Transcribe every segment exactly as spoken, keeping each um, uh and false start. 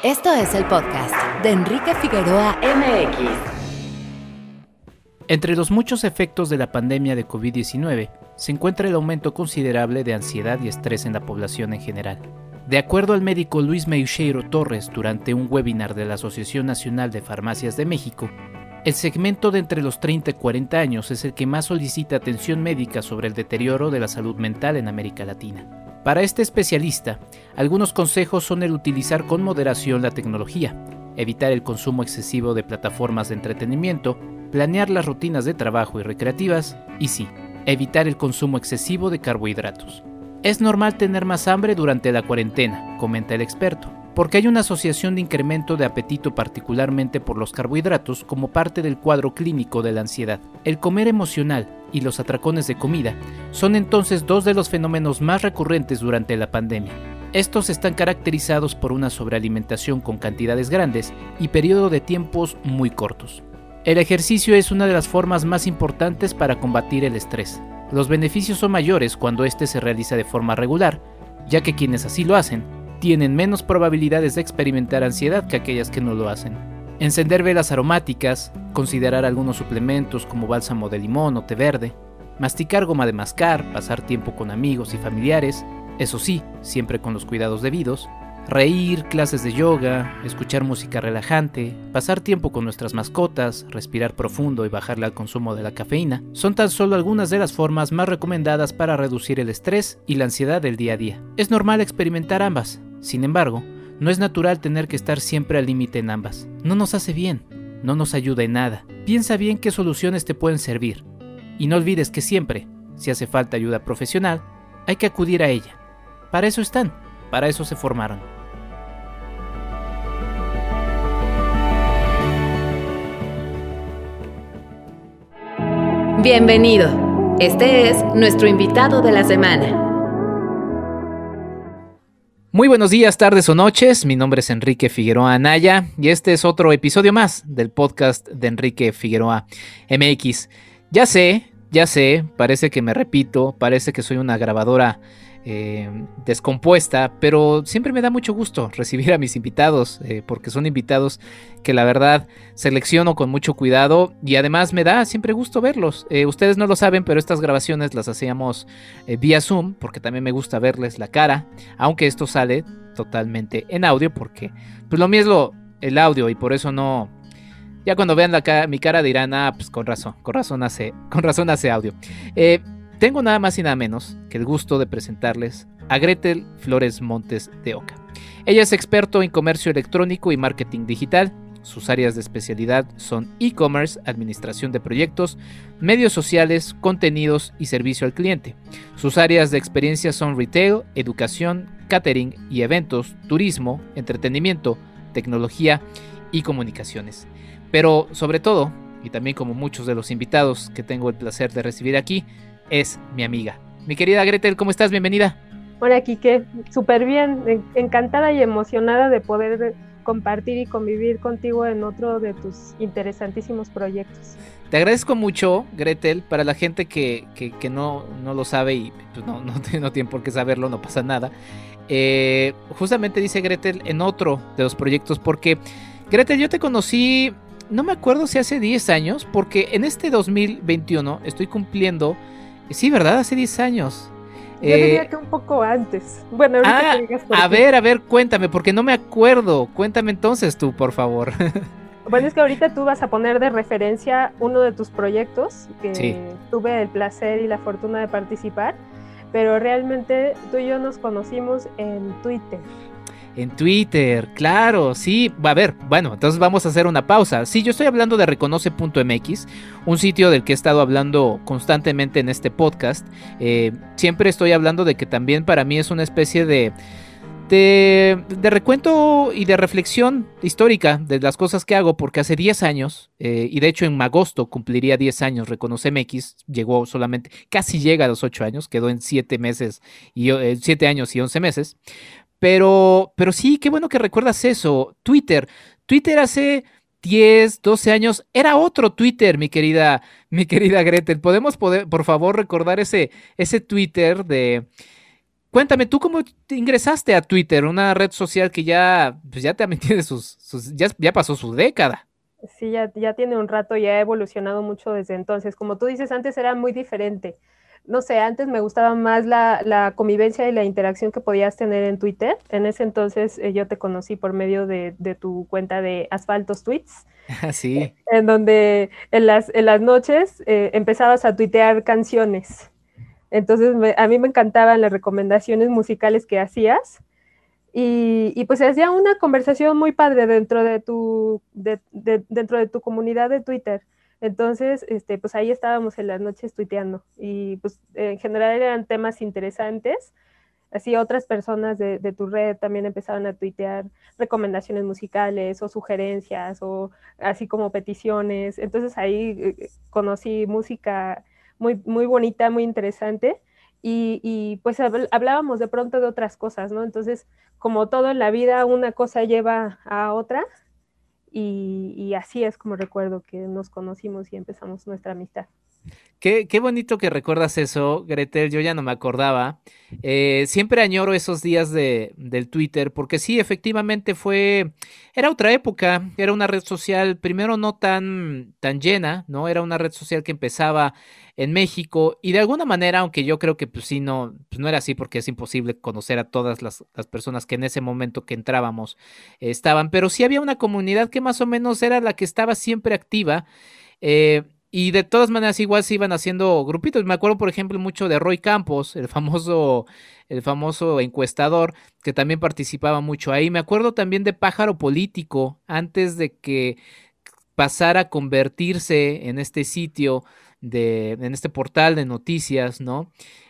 Esto es el podcast de Enrique Figueroa M X. Entre los muchos efectos de la pandemia de covid diecinueve se encuentra el aumento considerable de ansiedad y estrés en la población en general. De acuerdo al médico Luis Meixeiro Torres durante un webinar de la Asociación Nacional de Farmacias de México, el segmento de entre los treinta y cuarenta años es el que más solicita atención médica sobre el deterioro de la salud mental en América Latina. Para este especialista, algunos consejos son el utilizar con moderación la tecnología, evitar el consumo excesivo de plataformas de entretenimiento, planear las rutinas de trabajo y recreativas, y sí, evitar el consumo excesivo de carbohidratos. Es normal tener más hambre durante la cuarentena, comenta el experto, porque hay una asociación de incremento de apetito particularmente por los carbohidratos como parte del cuadro clínico de la ansiedad. El comer emocional y los atracones de comida son entonces dos de los fenómenos más recurrentes durante la pandemia. Estos están caracterizados por una sobrealimentación con cantidades grandes y periodo de tiempos muy cortos. El ejercicio es una de las formas más importantes para combatir el estrés. Los beneficios son mayores cuando este se realiza de forma regular, ya que quienes así lo hacen tienen menos probabilidades de experimentar ansiedad que aquellas que no lo hacen. Encender velas aromáticas, considerar algunos suplementos como bálsamo de limón o té verde, masticar goma de mascar, pasar tiempo con amigos y familiares, eso sí, siempre con los cuidados debidos, reír, clases de yoga, escuchar música relajante, pasar tiempo con nuestras mascotas, respirar profundo y bajarle al consumo de la cafeína, son tan solo algunas de las formas más recomendadas para reducir el estrés y la ansiedad del día a día. Es normal experimentar ambas, sin embargo, no es natural tener que estar siempre al límite en ambas. No nos hace bien, no nos ayuda en nada. Piensa bien qué soluciones te pueden servir. Y no olvides que siempre, si hace falta ayuda profesional, hay que acudir a ella. Para eso están, para eso se formaron. Bienvenido. Este es nuestro invitado de la semana. Muy buenos días, tardes o noches, mi nombre es Enrique Figueroa Anaya y este es otro episodio más del podcast de Enrique Figueroa M X. Ya sé, ya sé, parece que me repito, parece que soy una grabadora eh, descompuesta, pero siempre me da mucho gusto recibir a mis invitados, eh, porque son invitados que la verdad selecciono con mucho cuidado y además me da siempre gusto verlos. Eh, ustedes no lo saben, pero estas grabaciones las hacíamos eh, vía Zoom, porque también me gusta verles la cara, aunque esto sale totalmente en audio, porque pues lo mío es lo, el audio y por eso no... Ya cuando vean la cara, mi cara dirán, ah, pues con razón, con razón hace, con razón hace audio. Eh, tengo nada más y nada menos que el gusto de presentarles a Gretel Flores Montes de Oca. Ella es experto en comercio electrónico y marketing digital. Sus áreas de especialidad son e-commerce, administración de proyectos, medios sociales, contenidos y servicio al cliente. Sus áreas de experiencia son retail, educación, catering y eventos, turismo, entretenimiento, tecnología y comunicaciones. Pero sobre todo, y también como muchos de los invitados que tengo el placer de recibir aquí, es mi amiga. Mi querida Gretel, ¿cómo estás? Bienvenida. Hola, Quique. Súper bien. Encantada y emocionada de poder compartir y convivir contigo en otro de tus interesantísimos proyectos. Te agradezco mucho, Gretel. Para la gente que, que, que no, no lo sabe y pues no, no, no tiene por qué saberlo, no pasa nada. Eh, justamente dice Gretel en otro de los proyectos, porque Gretel, yo te conocí... No me acuerdo si hace diez años, porque en este dos mil veintiuno estoy cumpliendo... Sí, ¿verdad? Hace diez años. Yo eh, diría que un poco antes. Bueno, ahorita ah, que digas por A qué. ver, a ver, cuéntame, porque no me acuerdo. Cuéntame entonces tú, por favor. Bueno, es que ahorita tú vas a poner de referencia uno de tus proyectos, que sí. tuve el placer y la fortuna de participar, pero realmente tú y yo nos conocimos en Twitter. En Twitter, claro, sí. A ver, bueno, entonces vamos a hacer una pausa. Sí, yo estoy hablando de reconoce punto m x, un sitio del que he estado hablando constantemente en este podcast. Eh, siempre estoy hablando de que también para mí es una especie de, de, de recuento y de reflexión histórica de las cosas que hago, porque hace diez años, eh, y de hecho en agosto cumpliría diez años, Reconoce M X, llegó solamente, casi llega a los ocho años, quedó en siete meses, y eh, siete años y once meses. Pero, pero sí, qué bueno que recuerdas eso. Twitter. Twitter hace diez, doce años era otro Twitter, mi querida, mi querida Gretel. ¿Podemos, poder, por favor, recordar ese, ese Twitter de... cuéntame, ¿tú cómo te ingresaste a Twitter, una red social que ya, pues ya también tiene sus, sus ya, ya pasó su década? Sí, ya, ya tiene un rato y ha evolucionado mucho desde entonces. Como tú dices, antes era muy diferente. No sé, antes me gustaba más la, la convivencia y la interacción que podías tener en Twitter. En ese entonces eh, yo te conocí por medio de, de tu cuenta de Asfaltos Tweets, Sí. en donde en las, en las noches eh, empezabas a tuitear canciones. Entonces me, a mí me encantaban las recomendaciones musicales que hacías. Y, y, pues se hacía una conversación muy padre dentro de tu, de, de, dentro de tu comunidad de Twitter. Entonces, este, pues ahí estábamos en las noches tuiteando y pues en general eran temas interesantes. Así otras personas de, de tu red también empezaban a tuitear recomendaciones musicales o sugerencias o así como peticiones. Entonces ahí eh, conocí música muy, muy bonita, muy interesante. Y, y pues hablábamos de pronto de otras cosas, ¿no? Entonces, como todo en la vida, una cosa lleva a otra y, y así es como recuerdo que nos conocimos y empezamos nuestra amistad. Qué, qué bonito que recuerdas eso, Gretel, yo ya no me acordaba. Eh, siempre añoro esos días de, del Twitter, porque sí, efectivamente fue, era otra época, era una red social, primero no tan, tan llena, ¿no? Era una red social que empezaba en México y de alguna manera, aunque yo creo que pues sí, no, pues no era así porque es imposible conocer a todas las, las personas que en ese momento que entrábamos eh, estaban, pero sí había una comunidad que más o menos era la que estaba siempre activa. Eh, y de todas maneras igual se iban haciendo grupitos. Me acuerdo, por ejemplo, mucho de Roy Campos, el famoso, el famoso encuestador, que también participaba mucho ahí. Me acuerdo también de Pájaro Político, antes de que pasara a convertirse en este sitio, de, en este portal de noticias, ¿no?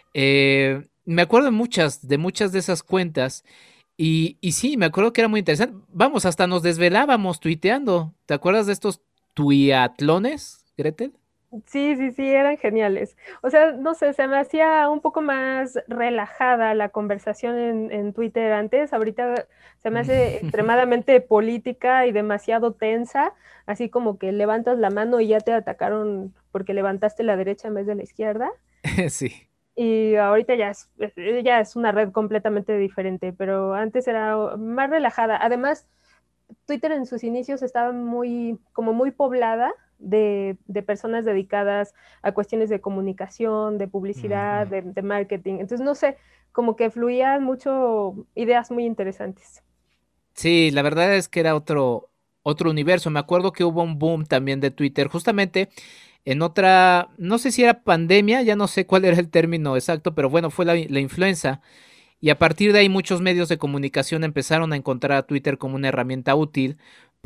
Eh, me acuerdo de muchas, de muchas de esas cuentas. Y, y sí, me acuerdo que era muy interesante. Vamos, hasta nos desvelábamos tuiteando. ¿Te acuerdas de estos tuiatlones, Gretel? Sí, sí, sí, eran geniales. O sea, no sé, se me hacía un poco más relajada la conversación en, en Twitter antes. Ahorita se me hace extremadamente política y demasiado tensa, así como que levantas la mano y ya te atacaron porque levantaste la derecha en vez de la izquierda. Sí. Y ahorita ya es, ya es una red completamente diferente, pero antes era más relajada. Además, Twitter en sus inicios estaba muy, como muy poblada de, de personas dedicadas a cuestiones de comunicación, de publicidad, Ujú. de, de marketing. Entonces, no sé, como que fluían mucho ideas muy interesantes. Sí, la verdad es que era otro, otro universo. Me acuerdo que hubo un boom también de Twitter, justamente en otra, no sé si era pandemia, ya no sé cuál era el término exacto, pero bueno, fue la, la influenza. Y a partir de ahí muchos medios de comunicación empezaron a encontrar a Twitter como una herramienta útil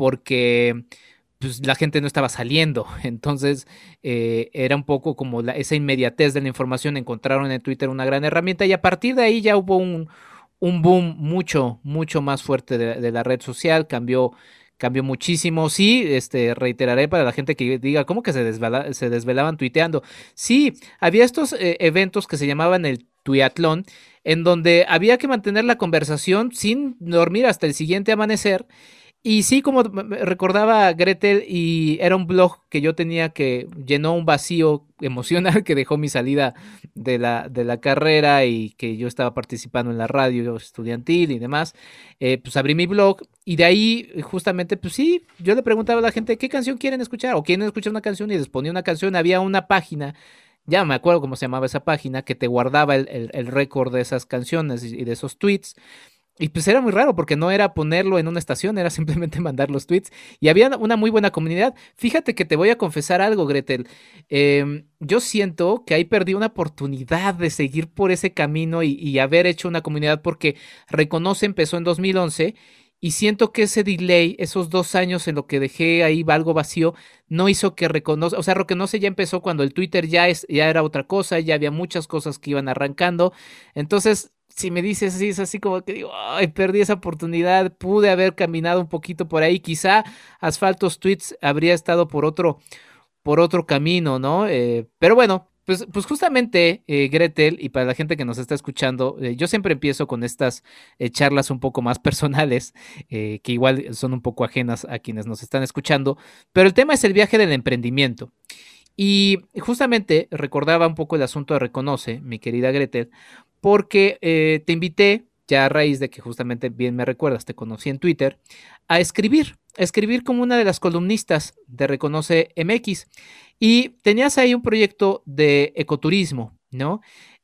porque pues, la gente no estaba saliendo. Entonces eh, era un poco como la- esa inmediatez de la información. Encontraron en Twitter una gran herramienta y a partir de ahí ya hubo un, un boom mucho, mucho más fuerte de, de la red social. Cambió, cambió muchísimo. Sí, este, reiteraré para la gente que diga, ¿cómo que se, desvela- se desvelaban tuiteando? Sí, había estos eh, eventos que se llamaban el Tuiatlón en donde había que mantener la conversación sin dormir hasta el siguiente amanecer. Y sí, como recordaba Gretel, y era un blog que yo tenía que llenó un vacío emocional que dejó mi salida de la, de la carrera y que yo estaba participando en la radio estudiantil y demás, eh, pues abrí mi blog y de ahí justamente, pues sí, yo le preguntaba a la gente qué canción quieren escuchar o quieren escuchar una canción y les ponía una canción, había una página, ya me acuerdo cómo se llamaba esa página, que te guardaba el, el, el récord de esas canciones y, y de esos tweets. Y pues era muy raro porque no era ponerlo en una estación, era simplemente mandar los tweets. Y había una muy buena comunidad. Fíjate que te voy a confesar algo, Gretel. Em, yo siento que ahí perdí una oportunidad de seguir por ese camino y, y haber hecho una comunidad porque Reconoce empezó en dos mil once y siento que ese delay, esos dos años en lo que dejé ahí algo vacío, no hizo que Reconoce, o sea, Reconoce ya empezó cuando el Twitter ya, es, ya era otra cosa, ya había muchas cosas que iban arrancando. Entonces si me dices así, es así como que digo, ay, perdí esa oportunidad, pude haber caminado un poquito por ahí, quizá Asfaltos Tweets habría estado por otro, por otro camino, ¿no? Eh, pero bueno, pues, pues justamente, eh, Gretel, y para la gente que nos está escuchando, eh, yo siempre empiezo con estas eh, charlas un poco más personales, eh, que igual son un poco ajenas a quienes nos están escuchando, pero el tema es el viaje del emprendimiento. Y justamente recordaba un poco el asunto de Reconoce, mi querida Gretel, porque eh, te invité, ya a raíz de que justamente bien me recuerdas, te conocí en Twitter, a escribir, a escribir como una de las columnistas de Reconoce M X. Y tenías ahí un proyecto de ecoturismo, ¿no?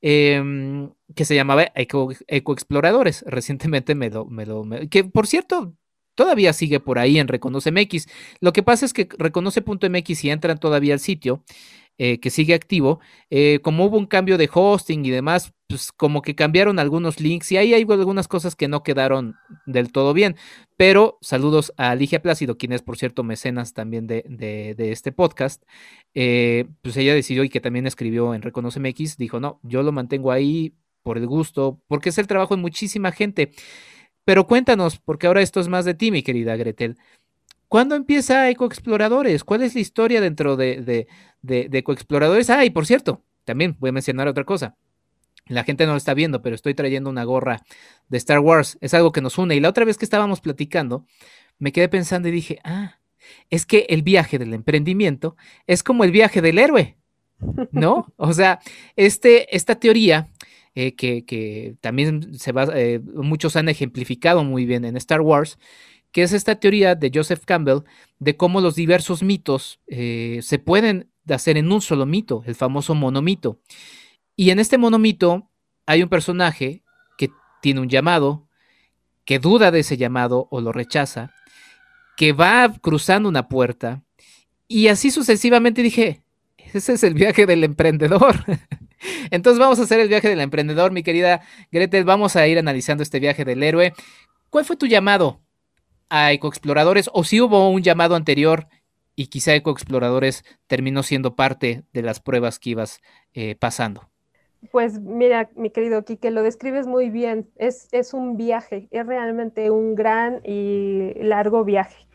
Em, que se llamaba Eco, Ecoexploradores. Recientemente me lo, me lo me- que por cierto, todavía sigue por ahí en Reconoce M X. Lo que pasa es que reconoce punto m x, si entran todavía al sitio, eh, que sigue activo, eh, como hubo un cambio de hosting y demás, pues como que cambiaron algunos links y ahí hay algunas cosas que no quedaron del todo bien. Pero saludos a Ligia Plácido, quien es, por cierto, mecenas también de, de, de este podcast. Eh, pues ella decidió, y que también escribió en Reconoce M X, dijo, no, yo lo mantengo ahí por el gusto, porque es el trabajo de muchísima gente. Pero cuéntanos, porque ahora esto es más de ti, mi querida Gretel. ¿Cuándo empieza Ecoexploradores? ¿Cuál es la historia dentro de, de, de, de Ecoexploradores? Ah, y por cierto, también voy a mencionar otra cosa. La gente no lo está viendo, pero estoy trayendo una gorra de Star Wars. Es algo que nos une. Y la otra vez que estábamos platicando, me quedé pensando y dije, ah, es que el viaje del emprendimiento es como el viaje del héroe, ¿no? O sea, este, esta teoría eh, que, que, también se va, eh, muchos han ejemplificado muy bien en Star Wars, que es esta teoría de Joseph Campbell de cómo los diversos mitos eh, se pueden hacer en un solo mito, el famoso monomito. Y en este monomito hay un personaje que tiene un llamado, que duda de ese llamado o lo rechaza, que va cruzando una puerta y así sucesivamente. Dije, ese es el viaje del emprendedor. Entonces vamos a hacer el viaje del emprendedor, mi querida Gretel. Vamos a ir analizando este viaje del héroe. ¿Cuál fue tu llamado a Ecoexploradores, o si hubo un llamado anterior y quizá Ecoexploradores terminó siendo parte de las pruebas que ibas eh, pasando? Pues mira, mi querido Quique, lo describes muy bien. Es, es un viaje, es realmente un gran y largo viaje.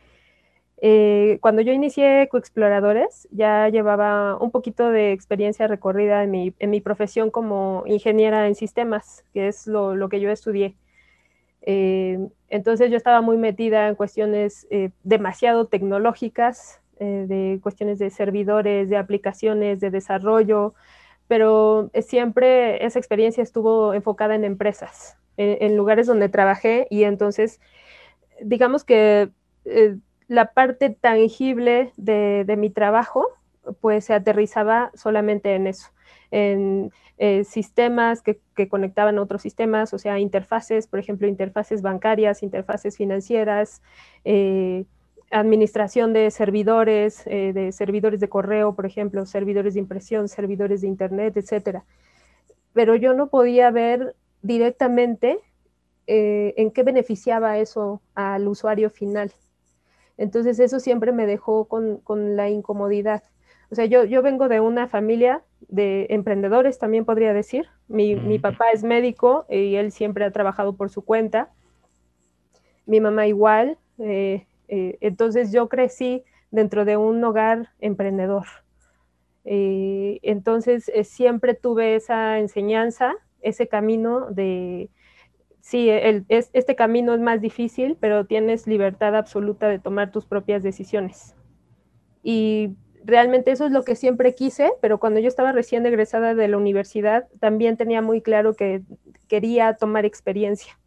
Eh, cuando yo inicié Ecoexploradores, ya llevaba un poquito de experiencia recorrida en mi, en mi profesión como ingeniera en sistemas, que es lo, lo que yo estudié. Eh, entonces yo estaba muy metida en cuestiones eh, demasiado tecnológicas, eh, de cuestiones de servidores, de aplicaciones, de desarrollo, pero siempre esa experiencia estuvo enfocada en empresas, en, en lugares donde trabajé, y entonces digamos que eh, la parte tangible de, de, mi trabajo pues se aterrizaba solamente en eso, en eh, sistemas que, que, conectaban a otros sistemas, o sea, interfaces, por ejemplo, interfaces bancarias, interfaces financieras, eh, administración de servidores, eh, de servidores de correo, por ejemplo, servidores de impresión, servidores de internet, etcétera. Pero yo no podía ver directamente eh, en qué beneficiaba eso al usuario final. Entonces eso siempre me dejó con, con la incomodidad. O sea, yo, yo vengo de una familia de emprendedores, también podría decir. Mi, mm. mi papá es médico y él siempre ha trabajado por su cuenta. Mi mamá igual. Eh, eh, entonces yo crecí dentro de un hogar emprendedor. Eh, entonces eh, siempre tuve esa enseñanza, ese camino de, sí, el, es, este camino es más difícil, pero tienes libertad absoluta de tomar tus propias decisiones. Y realmente eso es lo que siempre quise, pero cuando yo estaba recién egresada de la universidad, también tenía muy claro que quería tomar experiencia.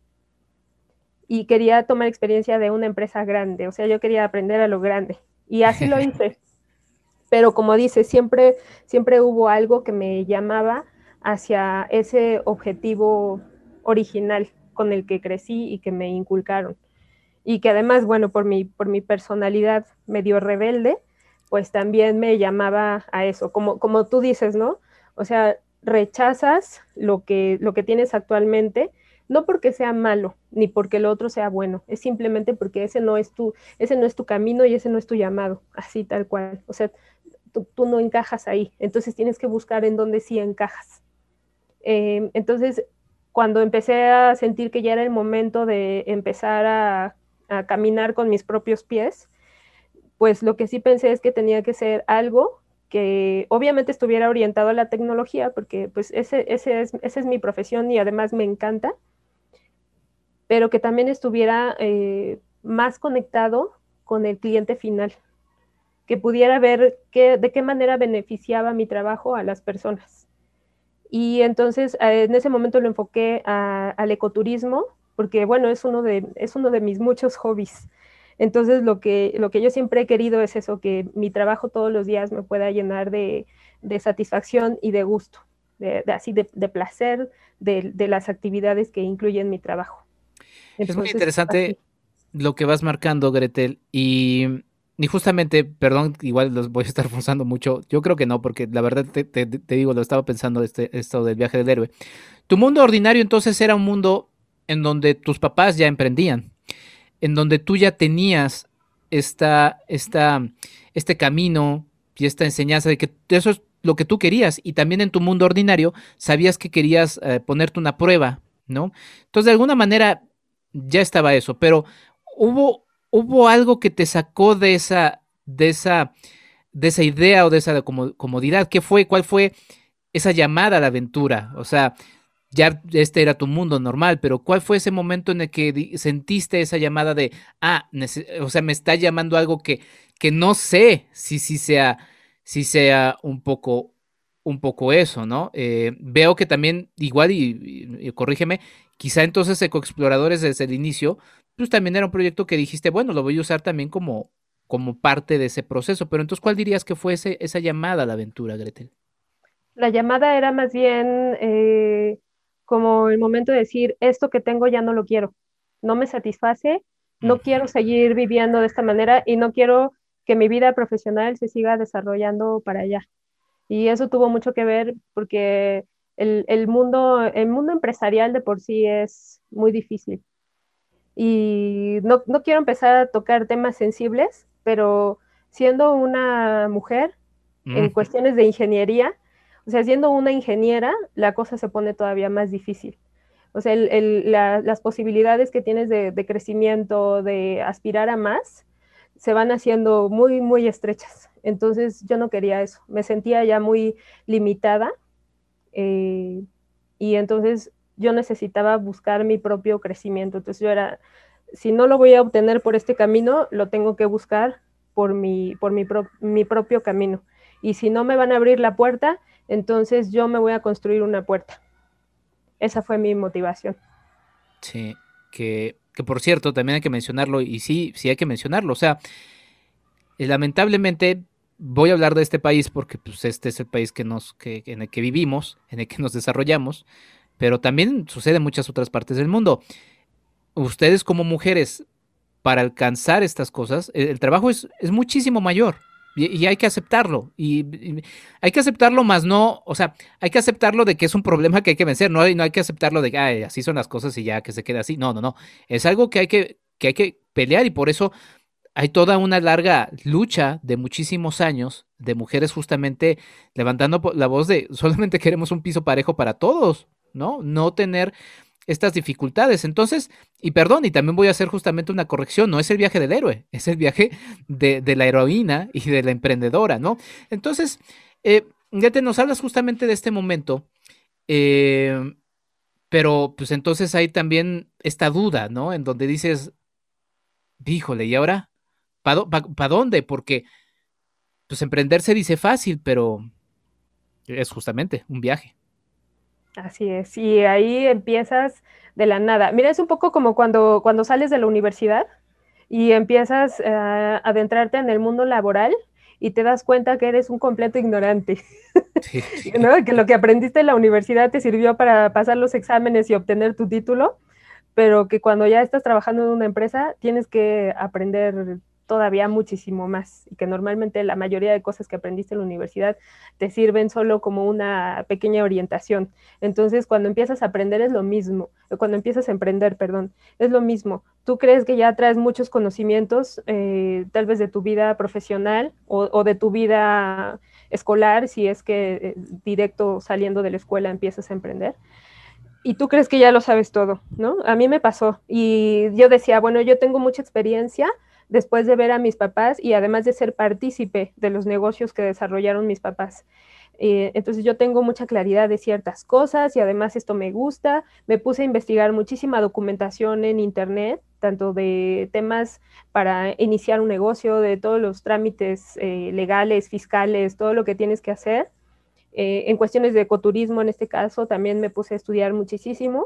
Y quería tomar experiencia de una empresa grande, o sea, yo quería aprender a lo grande. Y así lo hice. Pero como dice, siempre, siempre hubo algo que me llamaba hacia ese objetivo original con el que crecí y que me inculcaron. Y que además, bueno, por mi, por mi personalidad medio rebelde, pues también me llamaba a eso, como, como tú dices, ¿no? O sea, rechazas lo que, lo que tienes actualmente, no porque sea malo, ni porque lo otro sea bueno, es simplemente porque ese no es tu, ese no es tu camino y ese no es tu llamado, así tal cual. O sea, tú, tú no encajas ahí, entonces tienes que buscar en dónde sí encajas. Eh, entonces, cuando empecé a sentir que ya era el momento de empezar a, a caminar con mis propios pies, pues lo que sí pensé es que tenía que ser algo que obviamente estuviera orientado a la tecnología, porque pues ese, ese es, esa es mi profesión y además me encanta, pero que también estuviera eh, más conectado con el cliente final, que pudiera ver qué, de qué manera beneficiaba mi trabajo a las personas. Y entonces eh, en ese momento lo enfoqué a, al ecoturismo, porque bueno, es uno de, es uno de mis muchos hobbies. Entonces lo que, lo que yo siempre he querido es eso, que mi trabajo todos los días me pueda llenar de, de satisfacción y de gusto, de, de así de, de placer de, de, las actividades que incluyen mi trabajo. Entonces, es muy interesante así. Lo que vas marcando, Gretel, y, y justamente, perdón, igual los voy a estar forzando mucho, yo creo que no, porque la verdad te, te, te digo, lo estaba pensando este, esto del viaje del héroe. Tu mundo ordinario entonces era un mundo en donde tus papás ya emprendían, en donde tú ya tenías esta, esta, este camino y esta enseñanza de que eso es lo que tú querías, y también en tu mundo ordinario sabías que querías eh, ponerte una prueba, ¿no? Entonces, de alguna manera ya estaba eso, pero hubo, hubo algo que te sacó de esa, de esa, de esa idea o de esa comodidad. ¿Qué fue? ¿Cuál fue esa llamada a la aventura? O sea, ya este era tu mundo normal, pero ¿cuál fue ese momento en el que sentiste esa llamada de, ah, o sea, me está llamando algo que, que no sé si, si sea, si sea un poco, un poco eso, ¿no? Eh, veo que también, igual, y, y, y corrígeme, quizá entonces Ecoexploradores desde el inicio, pues también era un proyecto que dijiste, bueno, lo voy a usar también como, como parte de ese proceso, pero entonces, ¿cuál dirías que fue ese, esa llamada a la aventura, Gretel? La llamada era más bien eh, como el momento de decir, esto que tengo ya no lo quiero, no me satisface, no Mm. quiero seguir viviendo de esta manera y no quiero que mi vida profesional se siga desarrollando para allá. Y eso tuvo mucho que ver porque el, el mundo, el mundo empresarial de por sí es muy difícil. Y no, no quiero empezar a tocar temas sensibles, pero siendo una mujer en Mm. cuestiones de ingeniería, o sea, siendo una ingeniera, la cosa se pone todavía más difícil. O sea, el, el, la, las posibilidades que tienes de, de, crecimiento, de aspirar a más, se van haciendo muy, muy estrechas. Entonces yo no quería eso, me sentía ya muy limitada eh, y entonces yo necesitaba buscar mi propio crecimiento. Entonces yo era, si no lo voy a obtener por este camino, lo tengo que buscar por mi, por mi, pro, mi propio camino. Y si no me van a abrir la puerta, entonces yo me voy a construir una puerta. Esa fue mi motivación. Sí, que, que por cierto, también hay que mencionarlo, y sí, sí hay que mencionarlo. O sea, eh, lamentablemente voy a hablar de este país porque pues, este es el país que nos, que, en el que vivimos, en el que nos desarrollamos, pero también sucede en muchas otras partes del mundo. Ustedes como mujeres, para alcanzar estas cosas, el, el trabajo es, es muchísimo mayor. Y, y hay que aceptarlo. Y, y hay que aceptarlo, más no, o sea, hay que aceptarlo de que es un problema que hay que vencer. No hay, no hay que aceptarlo de que "Ay, así son las cosas y ya que se quede así". No, no, no. Es algo que hay que, que hay que pelear, y por eso hay toda una larga lucha de muchísimos años de mujeres justamente levantando la voz de solamente queremos un piso parejo para todos, ¿no? No tener estas dificultades. Entonces, y perdón, y también voy a hacer justamente una corrección, no es el viaje del héroe, es el viaje de, de la heroína y de la emprendedora, ¿no? Entonces, eh, ya te nos hablas justamente de este momento, eh, pero pues entonces hay también esta duda, ¿no? En donde dices, híjole, ¿y ahora? ¿Para pa, pa dónde? Porque pues emprender se dice fácil, pero es justamente un viaje. Así es, y ahí empiezas de la nada. Mira, es un poco como cuando, cuando sales de la universidad y empiezas uh, a adentrarte en el mundo laboral y te das cuenta que eres un completo ignorante, Sí. ¿no? Que lo que aprendiste en la universidad te sirvió para pasar los exámenes y obtener tu título, pero que cuando ya estás trabajando en una empresa tienes que aprender todavía muchísimo más y que normalmente la mayoría de cosas que aprendiste en la universidad te sirven solo como una pequeña orientación. Entonces, cuando empiezas a aprender es lo mismo, cuando empiezas a emprender, perdón, es lo mismo. Tú crees que ya traes muchos conocimientos, eh, tal vez de tu vida profesional o, o de tu vida escolar, si es que eh, directo saliendo de la escuela empiezas a emprender. Y tú crees que ya lo sabes todo, ¿no? A mí me pasó y yo decía, bueno, yo tengo mucha experiencia después de ver a mis papás y además de ser partícipe de los negocios que desarrollaron mis papás. Eh, entonces yo tengo mucha claridad de ciertas cosas y además esto me gusta. Me puse a investigar muchísima documentación en internet, tanto de temas para iniciar un negocio, de todos los trámites eh, legales, fiscales, todo lo que tienes que hacer. Eh, en cuestiones de ecoturismo, en este caso, también me puse a estudiar muchísimo.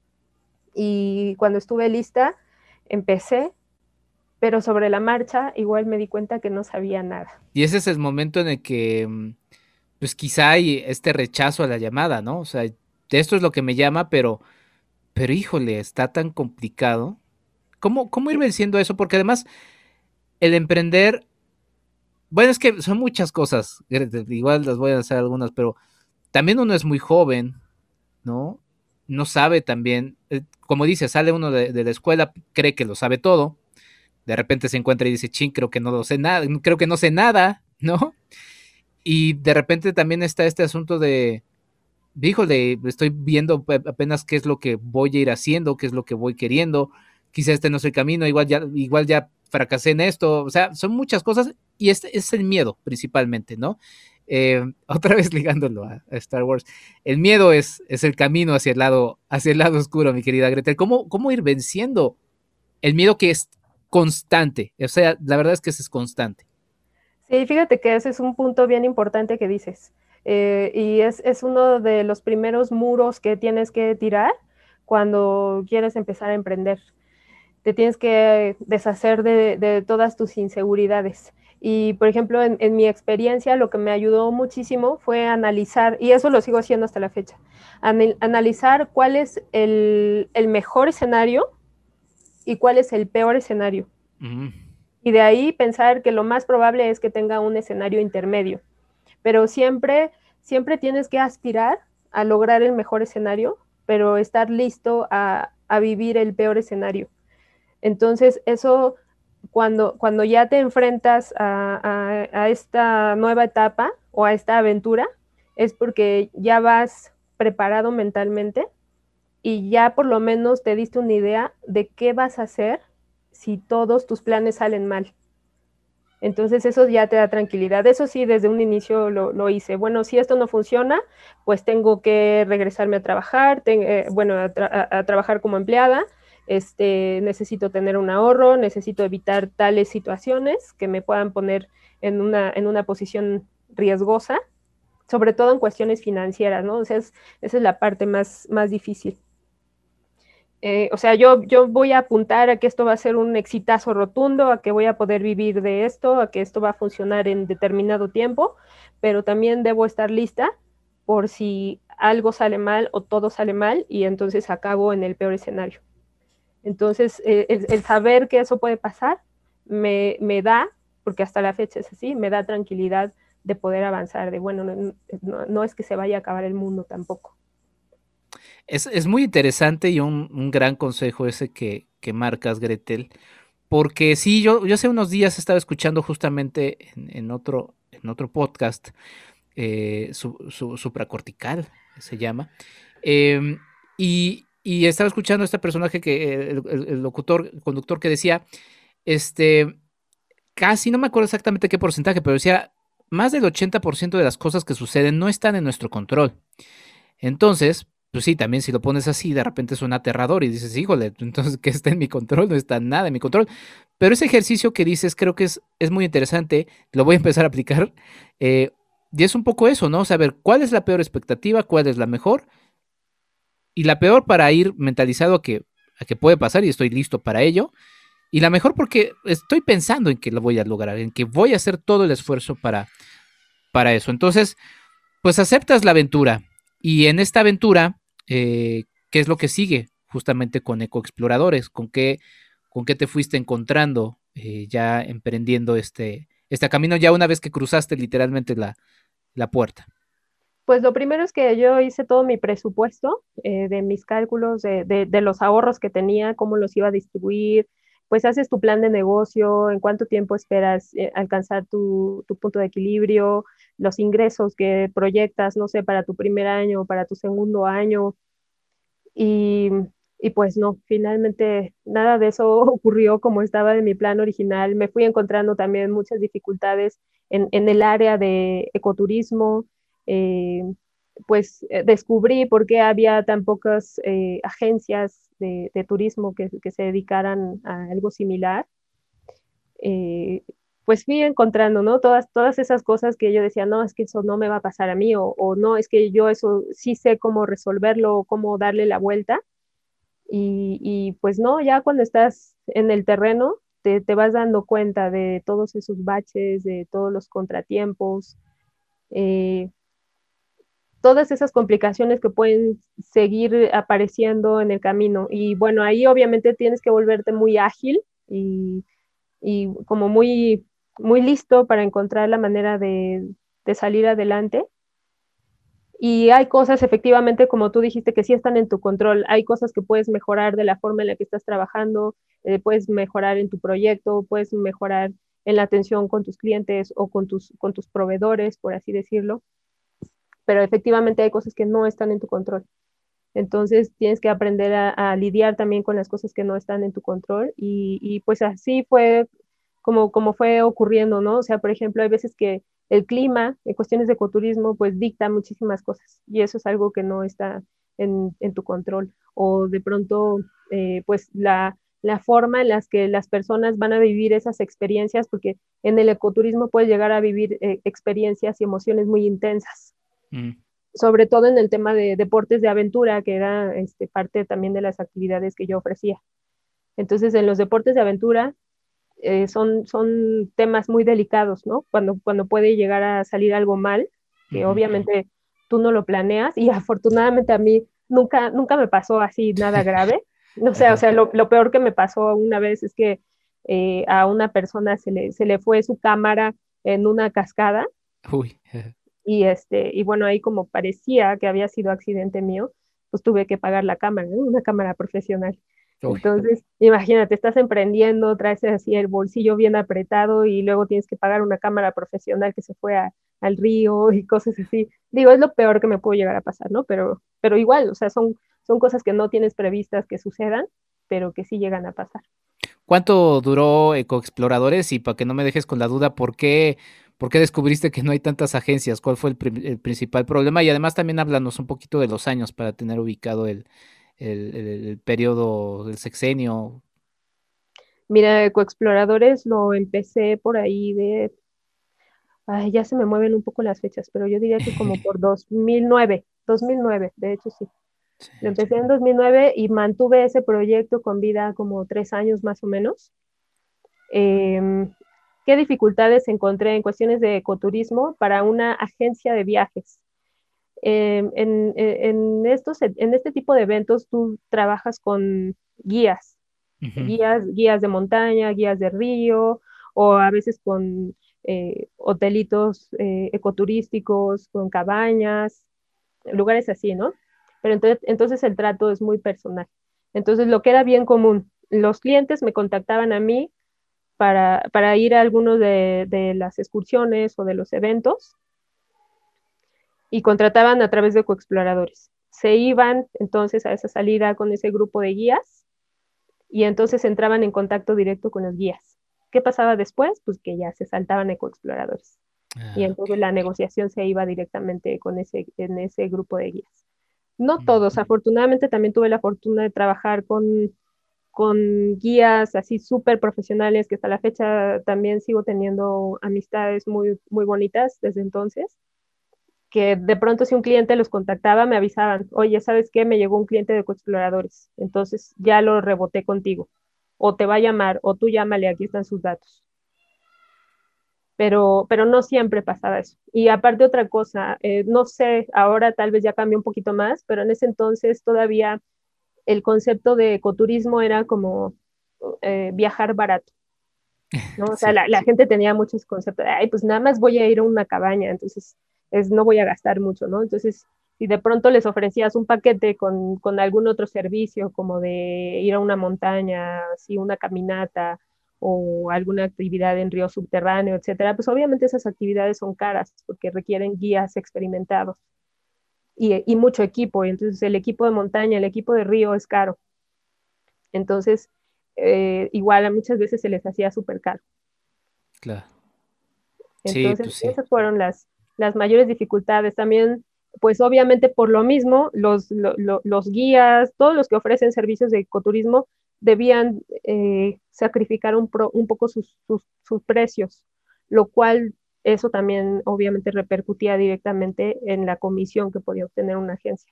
Y cuando estuve lista, empecé, pero sobre la marcha igual me di cuenta que no sabía nada. Y ese es el momento en el que, mm, pues quizá hay este rechazo a la llamada, ¿no? O sea, esto es lo que me llama, pero, pero híjole, está tan complicado. ¿Cómo, cómo ir venciendo eso? Porque además, el emprender, bueno, es que son muchas cosas, igual las voy a hacer algunas, pero también uno es muy joven, ¿no? No sabe también, eh, como dice, sale uno de, de la escuela, cree que lo sabe todo, de repente se encuentra y dice, ching, creo que no lo sé nada, creo que no sé nada, ¿no? Y de repente también está este asunto de, híjole, estoy viendo apenas qué es lo que voy a ir haciendo, qué es lo que voy queriendo, quizá este no es el camino, igual ya, igual ya fracasé en esto, o sea, son muchas cosas y este es el miedo principalmente, ¿no? Eh, otra vez ligándolo a, a, Star Wars, el miedo es, es el camino hacia el lado, hacia el lado oscuro, mi querida Gretel. ¿Cómo, cómo ir venciendo el miedo que es constante? O sea, la verdad es que ese es constante. Sí, fíjate que ese es un punto bien importante que dices. Eh, y es, es uno de los primeros muros que tienes que tirar cuando quieres empezar a emprender. Te tienes que deshacer de, de todas tus inseguridades. Y, por ejemplo, en, en, mi experiencia, lo que me ayudó muchísimo fue analizar, y eso lo sigo haciendo hasta la fecha, an analizar cuál es el, el mejor escenario y cuál es el peor escenario. Uh-huh. Y de ahí pensar que lo más probable es que tenga un escenario intermedio. Pero siempre, siempre tienes que aspirar a lograr el mejor escenario, pero estar listo a, a vivir el peor escenario. Entonces, eso, cuando, cuando ya te enfrentas a, a, a esta nueva etapa o a esta aventura, es porque ya vas preparado mentalmente y ya por lo menos te diste una idea de qué vas a hacer si todos tus planes salen mal. Entonces eso ya te da tranquilidad. Eso sí, desde un inicio lo, lo hice. Bueno, si esto no funciona, pues tengo que regresarme a trabajar, ten, eh, bueno, a, tra a, a trabajar como empleada. Este, necesito tener un ahorro, necesito evitar tales situaciones que me puedan poner en una, en una posición riesgosa, sobre todo en cuestiones financieras, ¿no? O sea, es, esa es la parte más, más difícil. Eh, o sea, yo, yo voy a apuntar a que esto va a ser un exitazo rotundo, a que voy a poder vivir de esto, a que esto va a funcionar en determinado tiempo, pero también debo estar lista por si algo sale mal o todo sale mal y entonces acabo en el peor escenario. Entonces, eh, el, el saber que eso puede pasar me, me da, porque hasta la fecha es así, me da tranquilidad de poder avanzar, de bueno, no, no, no es que se vaya a acabar el mundo tampoco. Es, es muy interesante y un, un gran consejo ese que, que marcas, Gretel, porque sí, yo, yo hace unos días estaba escuchando justamente en, en, otro, en otro podcast, eh, su, su, supracortical se llama, eh, y, y estaba escuchando a este personaje que, el, el, el locutor, el conductor que decía, este, casi no me acuerdo exactamente qué porcentaje, pero decía, más del ochenta por ciento de las cosas que suceden no están en nuestro control. Entonces, pues sí, también si lo pones así, de repente suena aterrador y dices, híjole, entonces, ¿qué está en mi control? No está nada en mi control. Pero ese ejercicio que dices creo que es, es muy interesante, lo voy a empezar a aplicar. Eh, y es un poco eso, ¿no? Saber cuál es la peor expectativa, cuál es la mejor. Y la peor para ir mentalizado a que, a que puede pasar y estoy listo para ello. Y la mejor porque estoy pensando en que lo voy a lograr, en que voy a hacer todo el esfuerzo para, para eso. Entonces, pues aceptas la aventura. Y en esta aventura, eh, ¿qué es lo que sigue? Justamente con Ecoexploradores, ¿con qué, con qué te fuiste encontrando eh, ya emprendiendo este, este camino, ya una vez que cruzaste literalmente la, la puerta? Pues lo primero es que yo hice todo mi presupuesto eh, de mis cálculos, de, de, de los ahorros que tenía, cómo los iba a distribuir, pues haces tu plan de negocio, en cuánto tiempo esperas eh, alcanzar tu, tu punto de equilibrio, los ingresos que proyectas, no sé, para tu primer año, para tu segundo año. Y, y pues no, finalmente nada de eso ocurrió como estaba en mi plan original. Me fui encontrando también muchas dificultades en, en el área de ecoturismo. Eh, pues eh, descubrí por qué había tan pocas eh, agencias de, de turismo que, que, se dedicaran a algo similar. Eh, pues fui encontrando, ¿no? Todas, todas esas cosas que yo decía, no, es que eso no me va a pasar a mí, o, o no, es que yo eso sí sé cómo resolverlo, o cómo darle la vuelta. Y, y pues no, ya cuando estás en el terreno, te, te vas dando cuenta de todos esos baches, de todos los contratiempos, eh, todas esas complicaciones que pueden seguir apareciendo en el camino. Y bueno, ahí obviamente tienes que volverte muy ágil y, y como muy, muy listo para encontrar la manera de, de salir adelante. Y hay cosas, efectivamente, como tú dijiste, que sí están en tu control. Hay cosas que puedes mejorar de la forma en la que estás trabajando, eh, puedes mejorar en tu proyecto, puedes mejorar en la atención con tus clientes o con tus, con tus proveedores, por así decirlo. Pero efectivamente hay cosas que no están en tu control. Entonces tienes que aprender a, a lidiar también con las cosas que no están en tu control. Y, y pues así fue como, como fue ocurriendo, ¿no? O sea, por ejemplo, hay veces que el clima, en cuestiones de ecoturismo, pues dicta muchísimas cosas y eso es algo que no está en, en tu control. O de pronto, eh, pues la, la forma en la que las personas van a vivir esas experiencias, porque en el ecoturismo puedes llegar a vivir eh, experiencias y emociones muy intensas. Mm. Sobre todo en el tema de deportes de aventura, que era este, parte también de las actividades que yo ofrecía. Entonces, en los deportes de aventura, eh, son, son temas muy delicados, ¿no? Cuando, cuando puede llegar a salir algo mal, que uh-huh. obviamente tú no lo planeas, y afortunadamente a mí nunca, nunca me pasó así nada grave. No sé, o sea, lo, lo peor que me pasó una vez es que eh, a una persona se le, se le fue su cámara en una cascada. Uy. Y, este, y bueno, ahí como parecía que había sido accidente mío, pues tuve que pagar la cámara, ¿no? Una cámara profesional. Uy. Entonces, imagínate, estás emprendiendo, traes así el bolsillo bien apretado y luego tienes que pagar una cámara profesional que se fue a, al río y cosas así. Digo, es lo peor que me pudo llegar a pasar, ¿no? Pero, pero igual, o sea, son, son cosas que no tienes previstas que sucedan, pero que sí llegan a pasar. ¿Cuánto duró Ecoexploradores? Y para que no me dejes con la duda, ¿por qué, por qué descubriste que no hay tantas agencias? ¿Cuál fue el, pri- el principal problema? Y además también háblanos un poquito de los años para tener ubicado el, el, el, el periodo del sexenio. Mira, Ecoexploradores lo empecé por ahí de, ay, ya se me mueven un poco las fechas, pero yo diría que como por dos mil nueve, dos mil nueve, de hecho sí. Sí, lo empecé sí. en dos mil nueve y mantuve ese proyecto con vida como tres años más o menos. Eh, ¿Qué dificultades encontré en cuestiones de ecoturismo para una agencia de viajes? Eh, en, en, estos, en este tipo de eventos tú trabajas con guías, uh-huh. guías, guías de montaña, guías de río, o a veces con eh, hotelitos eh, ecoturísticos, con cabañas, lugares así, ¿no? Pero entonces, entonces el trato es muy personal. Entonces lo que era bien común, los clientes me contactaban a mí para, para ir a algunos de, de las excursiones o de los eventos y contrataban a través de Ecoexploradores. Se iban entonces a esa salida con ese grupo de guías y entonces entraban en contacto directo con los guías. ¿Qué pasaba después? Pues que ya se saltaban Ecoexploradores. Ah, y entonces okay. la negociación se iba directamente con ese, en ese grupo de guías. No todos, afortunadamente también tuve la fortuna de trabajar con, con guías así súper profesionales, que hasta la fecha también sigo teniendo amistades muy, muy bonitas desde entonces, que de pronto si un cliente los contactaba me avisaban, oye, ¿sabes qué? Me llegó un cliente de Ecoexploradores, entonces ya lo reboté contigo, o te va a llamar, o tú llámale, aquí están sus datos. Pero, pero no siempre pasaba eso. Y aparte otra cosa, eh, no sé, ahora tal vez ya cambió un poquito más, pero en ese entonces todavía el concepto de ecoturismo era como eh, viajar barato, ¿no? O sea, sí, la, la sí. gente tenía muchos conceptos de, ay, pues nada más voy a ir a una cabaña, entonces es, no voy a gastar mucho, ¿no? Entonces, si de pronto les ofrecías un paquete con, con algún otro servicio, como de ir a una montaña, así una caminata, o alguna actividad en río subterráneo, etcétera, pues obviamente esas actividades son caras porque requieren guías experimentados y, y mucho equipo, y entonces el equipo de montaña, el equipo de río es caro. Entonces, eh, igual a muchas veces se les hacía súper caro. Claro. Entonces, sí, pues sí. esas fueron las, las mayores dificultades. También, pues obviamente por lo mismo, los, lo, lo, los guías, todos los que ofrecen servicios de ecoturismo, debían eh, sacrificar un, pro, un poco sus, sus, sus precios, lo cual eso también obviamente repercutía directamente en la comisión que podía obtener una agencia.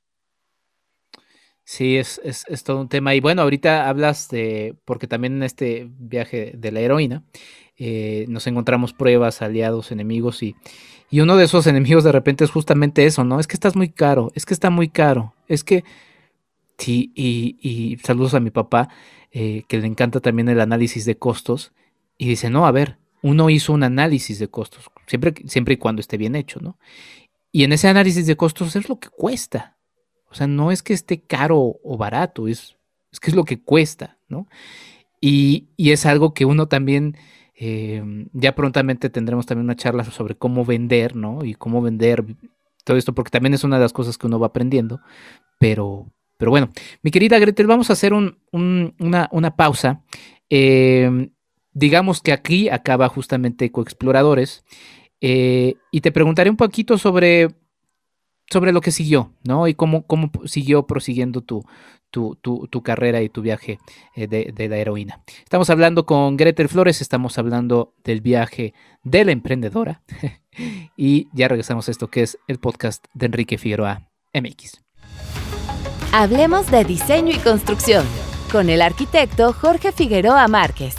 Sí, es, es, es todo un tema. Y bueno, ahorita hablas de, porque también en este viaje de la heroína eh, nos encontramos pruebas, aliados, enemigos, y, y uno de esos enemigos de repente es justamente eso, ¿no? Es que estás muy caro, es que está muy caro, es que sí, y, y saludos a mi papá, eh, que le encanta también el análisis de costos, y dice, no, a ver, uno hizo un análisis de costos, siempre, siempre y cuando esté bien hecho, ¿no? Y en ese análisis de costos es lo que cuesta. O sea, no es que esté caro o barato, es, es que es lo que cuesta, ¿no? Y, y es algo que uno también, eh, ya prontamente tendremos también una charla sobre cómo vender, ¿no? Y cómo vender todo esto, porque también es una de las cosas que uno va aprendiendo. Pero, pero bueno, mi querida Gretel, vamos a hacer un, un, una, una pausa. Eh, digamos que aquí acaba justamente Ecoexploradores. Eh, y te preguntaré un poquito sobre sobre lo que siguió, ¿no? Y cómo, cómo siguió prosiguiendo tu, tu, tu, tu carrera y tu viaje eh, de, de la heroína. Estamos hablando con Gretel Flores, estamos hablando del viaje de la emprendedora y ya regresamos a esto que es el podcast de Enrique Figueroa M X. Hablemos de diseño y construcción con el arquitecto Jorge Figueroa Márquez.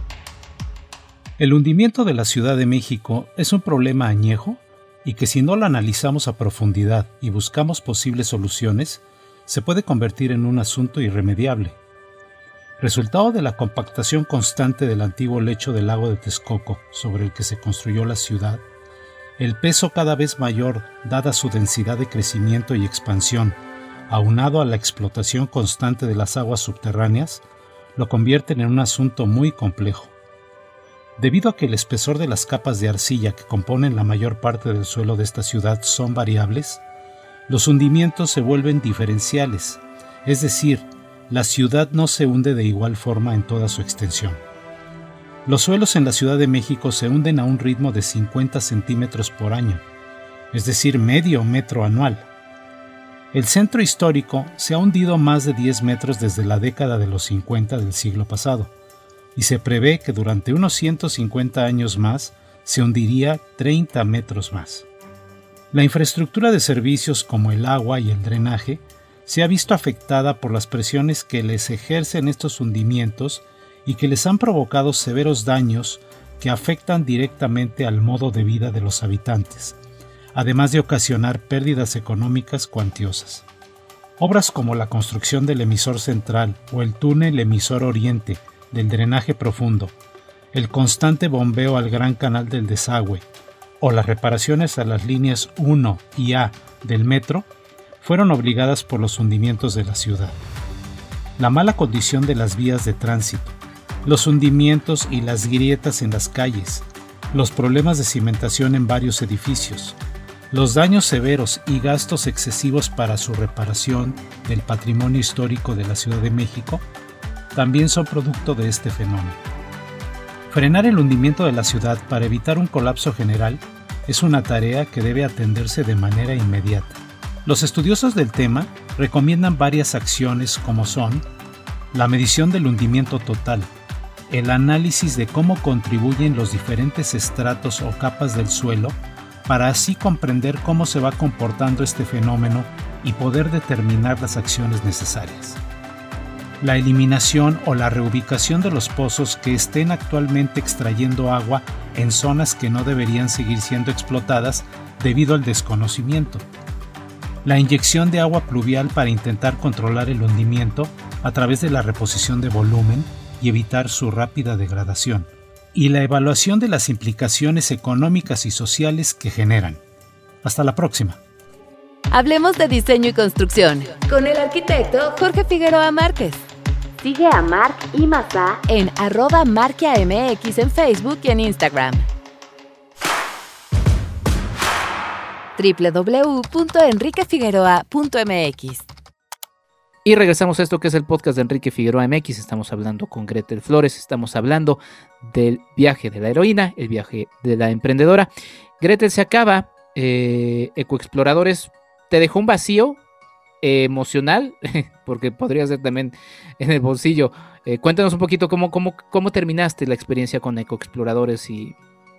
El hundimiento de la Ciudad de México es un problema añejo y que si no lo analizamos a profundidad y buscamos posibles soluciones, se puede convertir en un asunto irremediable. Resultado de la compactación constante del antiguo lecho del lago de Texcoco sobre el que se construyó la ciudad, el peso cada vez mayor dada su densidad de crecimiento y expansión, aunado a la explotación constante de las aguas subterráneas, lo convierten en un asunto muy complejo. Debido a que el espesor de las capas de arcilla que componen la mayor parte del suelo de esta ciudad son variables, los hundimientos se vuelven diferenciales, es decir, la ciudad no se hunde de igual forma en toda su extensión. Los suelos en la Ciudad de México se hunden a un ritmo de cincuenta centímetros por año, es decir, medio metro anual. El centro histórico se ha hundido más de diez metros desde la década de los cincuenta del siglo pasado, y se prevé que durante unos ciento cincuenta años más se hundiría treinta metros más. La infraestructura de servicios como el agua y el drenaje se ha visto afectada por las presiones que les ejercen estos hundimientos y que les han provocado severos daños que afectan directamente al modo de vida de los habitantes, además de ocasionar pérdidas económicas cuantiosas. Obras como la construcción del emisor central o el túnel emisor oriente del drenaje profundo, el constante bombeo al gran canal del desagüe o las reparaciones a las líneas uno y A del metro fueron obligadas por los hundimientos de la ciudad. La mala condición de las vías de tránsito, los hundimientos y las grietas en las calles, los problemas de cimentación en varios edificios, los daños severos y gastos excesivos para su reparación del patrimonio histórico de la Ciudad de México también son producto de este fenómeno. Frenar el hundimiento de la ciudad para evitar un colapso general es una tarea que debe atenderse de manera inmediata. Los estudiosos del tema recomiendan varias acciones como son la medición del hundimiento total, el análisis de cómo contribuyen los diferentes estratos o capas del suelo para así comprender cómo se va comportando este fenómeno y poder determinar las acciones necesarias. La eliminación o la reubicación de los pozos que estén actualmente extrayendo agua en zonas que no deberían seguir siendo explotadas debido al desconocimiento. La inyección de agua pluvial para intentar controlar el hundimiento a través de la reposición de volumen y evitar su rápida degradación. Y la evaluación de las implicaciones económicas y sociales que generan. Hasta la próxima. Hablemos de diseño y construcción con el arquitecto Jorge Figueroa Márquez. Sigue a Marc y Mazá en arroba marquiamx en Facebook y en Instagram. doble u doble u doble u punto enrique figueroa punto m x. Y regresamos a esto que es el podcast de Enrique Figueroa M X. Estamos hablando con Gretel Flores, estamos hablando del viaje de la heroína, el viaje de la emprendedora. Gretel, se acaba, eh, Ecoexploradores te dejó un vacío eh, emocional, porque podría ser también en el bolsillo. Eh, cuéntanos un poquito cómo, cómo, cómo terminaste la experiencia con Ecoexploradores y,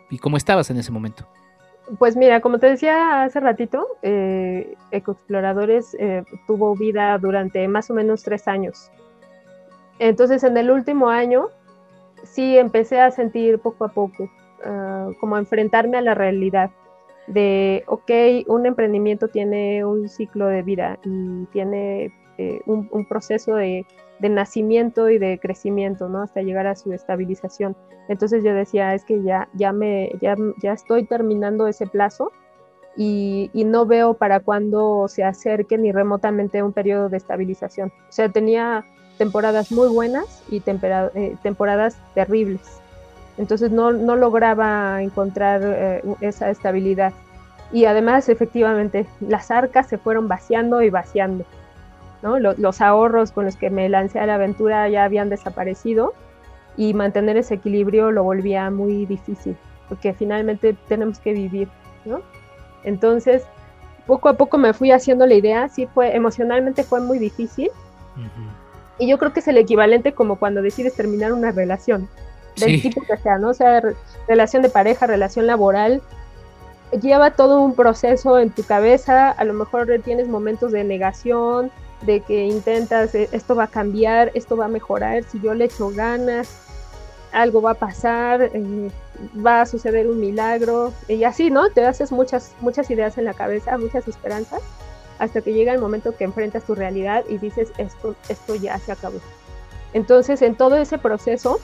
y cómo estabas en ese momento? Pues mira, como te decía hace ratito, eh, Ecoexploradores eh, tuvo vida durante más o menos tres años. Entonces, en el último año, sí empecé a sentir poco a poco, uh, como enfrentarme a la realidad de, ok, un emprendimiento tiene un ciclo de vida y tiene eh, un, un proceso de, de nacimiento y de crecimiento, ¿no? Hasta llegar a su estabilización. Entonces yo decía, es que ya, ya, me, ya, ya estoy terminando ese plazo y, y no veo para cuándo se acerque ni remotamente un periodo de estabilización. O sea, tenía temporadas muy buenas y tempera, eh, temporadas terribles. Entonces no, no lograba encontrar eh, esa estabilidad. Y además, efectivamente, las arcas se fueron vaciando y vaciando, ¿no? Los, los ahorros con los que me lancé a la aventura ya habían desaparecido y mantener ese equilibrio lo volvía muy difícil, porque finalmente tenemos que vivir, ¿no? Entonces, poco a poco me fui haciendo la idea, sí fue, emocionalmente fue muy difícil. Uh-huh. Y yo creo que es el equivalente como cuando decides terminar una relación, del sí. tipo que sea, ¿no? O sea, re- relación de pareja, relación laboral, lleva todo un proceso en tu cabeza, a lo mejor tienes momentos de negación, de que intentas, esto va a cambiar, esto va a mejorar, si yo le echo ganas, algo va a pasar, eh, va a suceder un milagro, y así, ¿no? Te haces muchas, muchas ideas en la cabeza, muchas esperanzas, hasta que llega el momento que enfrentas tu realidad y dices, esto, esto ya se acabó. Entonces, en todo ese proceso,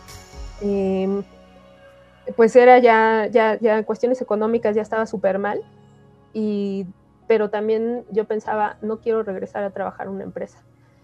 eh, pues era ya, ya, ya en cuestiones económicas ya estaba súper mal, y, pero también yo pensaba, no quiero regresar a trabajar en una empresa.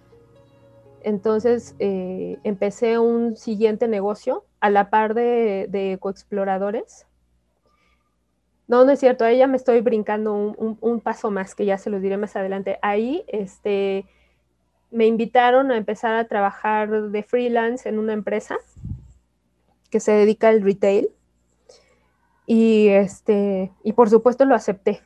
Entonces eh, empecé un siguiente negocio a la par de, de Ecoexploradores. No, no es cierto, ahí ya me estoy brincando un, un, un paso más, que ya se los diré más adelante. Ahí este, me invitaron a empezar a trabajar de freelance en una empresa que se dedica al retail. Y, este, y por supuesto lo acepté.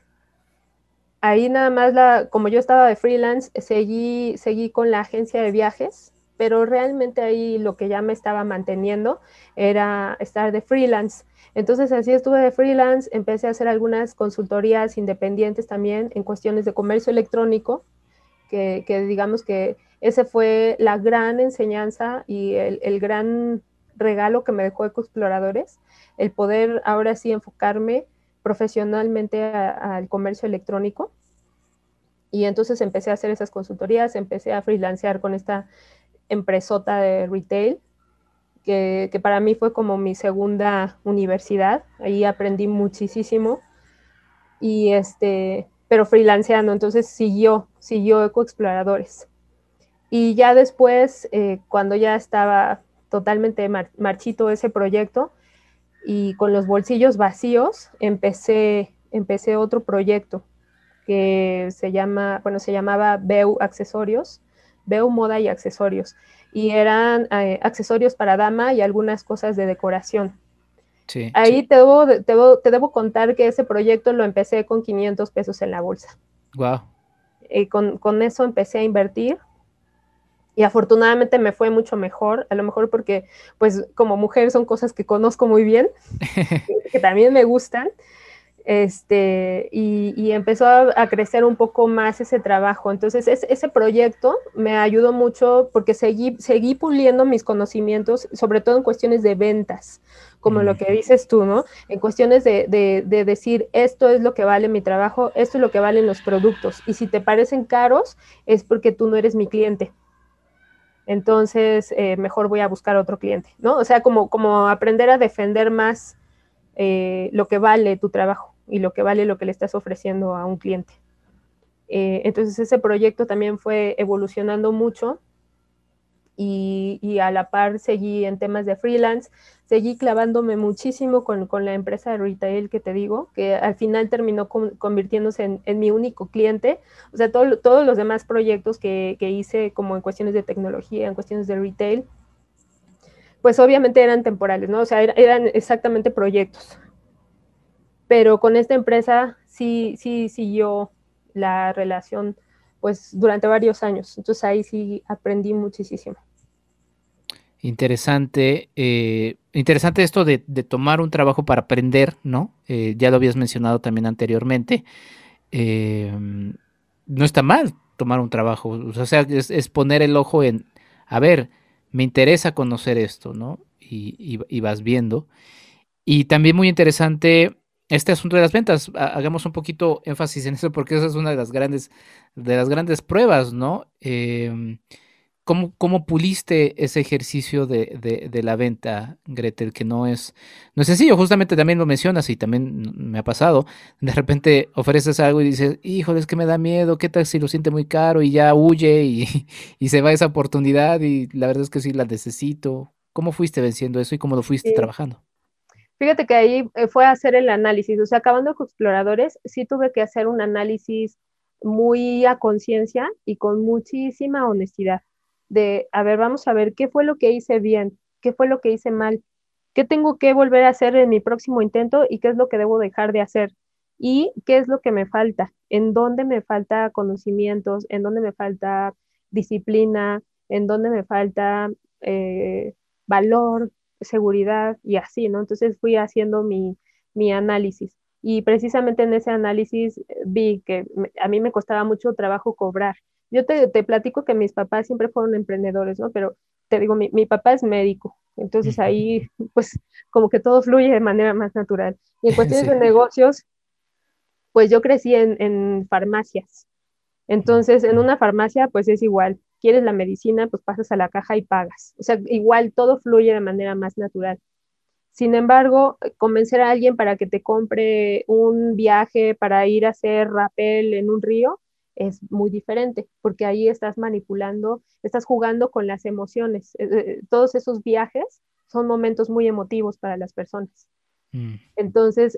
Ahí nada más, la, como yo estaba de freelance, seguí, seguí con la agencia de viajes, pero realmente ahí lo que ya me estaba manteniendo era estar de freelance. Entonces así estuve de freelance, empecé a hacer algunas consultorías independientes también en cuestiones de comercio electrónico, que, que digamos que ese fue la gran enseñanza y el, el gran regalo que me dejó Ecoexploradores, el poder ahora sí enfocarme profesionalmente al comercio electrónico. Y entonces empecé a hacer esas consultorías, empecé a freelancear con esta empresota de retail, que, que para mí fue como mi segunda universidad. Ahí aprendí muchísimo, y este, pero freelanceando, entonces siguió, siguió Ecoexploradores. Y ya después, eh, cuando ya estaba totalmente mar- marchito ese proyecto, y con los bolsillos vacíos, empecé, empecé otro proyecto que se llama, bueno, se llamaba B E U Accesorios, B E U Moda y Accesorios, y eran eh, accesorios para dama y algunas cosas de decoración. Sí, Ahí sí. Te, debo, te, debo, te debo contar que ese proyecto lo empecé con quinientos pesos en la bolsa. Wow. Eh, con, con eso empecé a invertir. Y afortunadamente me fue mucho mejor, a lo mejor porque, pues, como mujer son cosas que conozco muy bien, que también me gustan, este, y, y empezó a, a crecer un poco más ese trabajo. Entonces, es, ese proyecto me ayudó mucho porque seguí, seguí puliendo mis conocimientos, sobre todo en cuestiones de ventas, como mm. lo que dices tú, ¿no? En cuestiones de, de, de decir, esto es lo que vale mi trabajo, esto es lo que valen los productos, y si te parecen caros, es porque tú no eres mi cliente. Entonces, eh, mejor voy a buscar otro cliente, ¿no? O sea, como, como aprender a defender más eh, lo que vale tu trabajo y lo que vale lo que le estás ofreciendo a un cliente. Eh, entonces, ese proyecto también fue evolucionando mucho, y, y a la par seguí en temas de freelance, seguí clavándome muchísimo con, con la empresa de retail que te digo, que al final terminó con, convirtiéndose en, en mi único cliente. O sea, todo, todos los demás proyectos que, que hice, como en cuestiones de tecnología, en cuestiones de retail, pues obviamente eran temporales, ¿no? O sea, eran exactamente proyectos. Pero con esta empresa sí, sí siguió la relación, pues, durante varios años. Entonces ahí sí aprendí muchísimo. Interesante. Eh, Interesante esto de, de tomar un trabajo para aprender, ¿no? Eh, ya lo habías mencionado también anteriormente. Eh, no está mal tomar un trabajo, o sea, es, es poner el ojo en, a ver, me interesa conocer esto, ¿no? Y, y- y vas viendo. Y también muy interesante este asunto de las ventas. Ha- Hagamos un poquito énfasis en eso porque esa es una de las grandes, de las grandes pruebas, ¿no? Em, ¿Cómo, cómo puliste ese ejercicio de, de, de la venta, Gretel? Que no es, no es sencillo, justamente también lo mencionas y también me ha pasado. De repente ofreces algo y dices, híjole, es que me da miedo, ¿qué tal si lo siente muy caro? Y ya huye y, y se va esa oportunidad y la verdad es que sí la necesito. ¿Cómo fuiste venciendo eso y cómo lo fuiste Sí. trabajando? Fíjate que ahí eh, fue hacer el análisis, o sea, acabando con Exploradores, sí tuve que hacer un análisis muy a conciencia y con muchísima honestidad de, a ver, vamos a ver qué fue lo que hice bien, qué fue lo que hice mal, qué tengo que volver a hacer en mi próximo intento y qué es lo que debo dejar de hacer y qué es lo que me falta, en dónde me falta conocimientos, en dónde me falta disciplina, en dónde me falta eh, valor, seguridad y así, ¿no? Entonces fui haciendo mi, mi análisis y precisamente en ese análisis eh, vi que me- a mí me costaba mucho trabajo cobrar. Yo te, te platico que mis papás siempre fueron emprendedores, ¿no? Pero te digo, mi, mi papá es médico, entonces Ujú. ahí pues como que todo fluye de manera más natural. Y en cuestiones de Sí. negocios, pues yo crecí en, en farmacias. Entonces, en una farmacia, pues es igual. Quieres la medicina, pues pasas a la caja y pagas. O sea, igual todo fluye de manera más natural. Sin embargo, convencer a alguien para que te compre un viaje para ir a hacer rapel en un río es muy diferente, porque ahí estás manipulando, estás jugando con las emociones. Eh, eh, todos esos viajes son momentos muy emotivos para las personas. Mm. Entonces,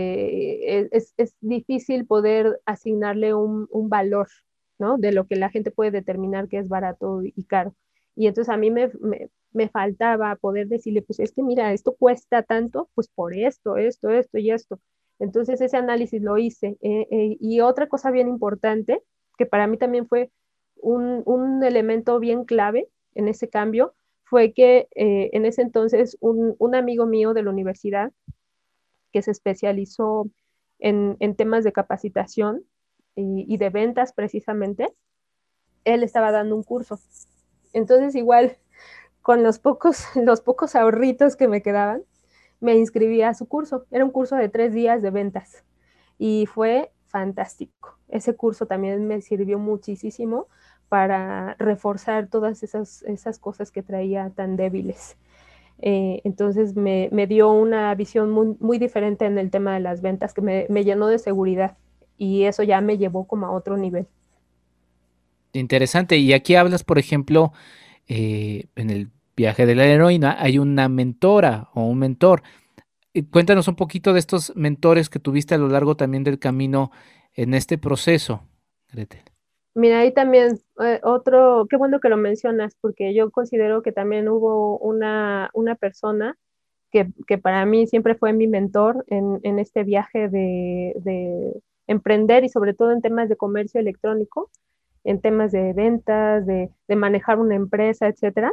eh, es, es, difícil poder asignarle un, un, valor, ¿no? De lo que la gente puede determinar que es barato y caro. Y entonces a mí me, me, me faltaba poder decirle, pues es que mira, esto cuesta tanto, pues por esto, esto, esto y esto. Entonces ese análisis lo hice. Eh, eh, y otra cosa bien importante, que para mí también fue un, un elemento bien clave en ese cambio, fue que eh, en ese entonces un, un amigo mío de la universidad que se especializó en, en temas de capacitación y, y, de ventas precisamente, él estaba dando un curso. Entonces igual con los pocos, los pocos ahorritos que me quedaban, me inscribí a su curso. Era un curso de tres días de ventas y fue fantástico. Ese curso también me sirvió muchísimo para reforzar todas esas, esas cosas que traía tan débiles. Eh, entonces me, me, dio una visión muy, muy, diferente en el tema de las ventas que me, me, llenó de seguridad y eso ya me llevó como a otro nivel. Interesante. Y aquí hablas, por ejemplo, eh, en el viaje de la heroína hay una mentora o un mentor. Eh, Cuéntanos un poquito de estos mentores que tuviste a lo largo también del camino en este proceso, Gretel. Mira, ahí también eh, otro, qué bueno que lo mencionas, porque yo considero que también hubo una, una persona que, que, para mí siempre fue mi mentor en, en este viaje de, de, emprender y sobre todo en temas de comercio electrónico, en temas de ventas, de, de manejar una empresa, etcétera.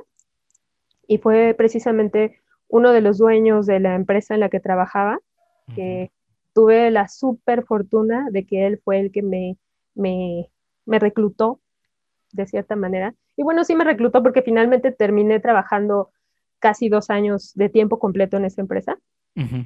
Y fue precisamente uno de los dueños de la empresa en la que trabajaba, Ujú. que tuve la super fortuna de que él fue el que me, me, me reclutó de cierta manera. Y bueno, sí me reclutó porque finalmente terminé trabajando casi dos años de tiempo completo en esa empresa. Ujú.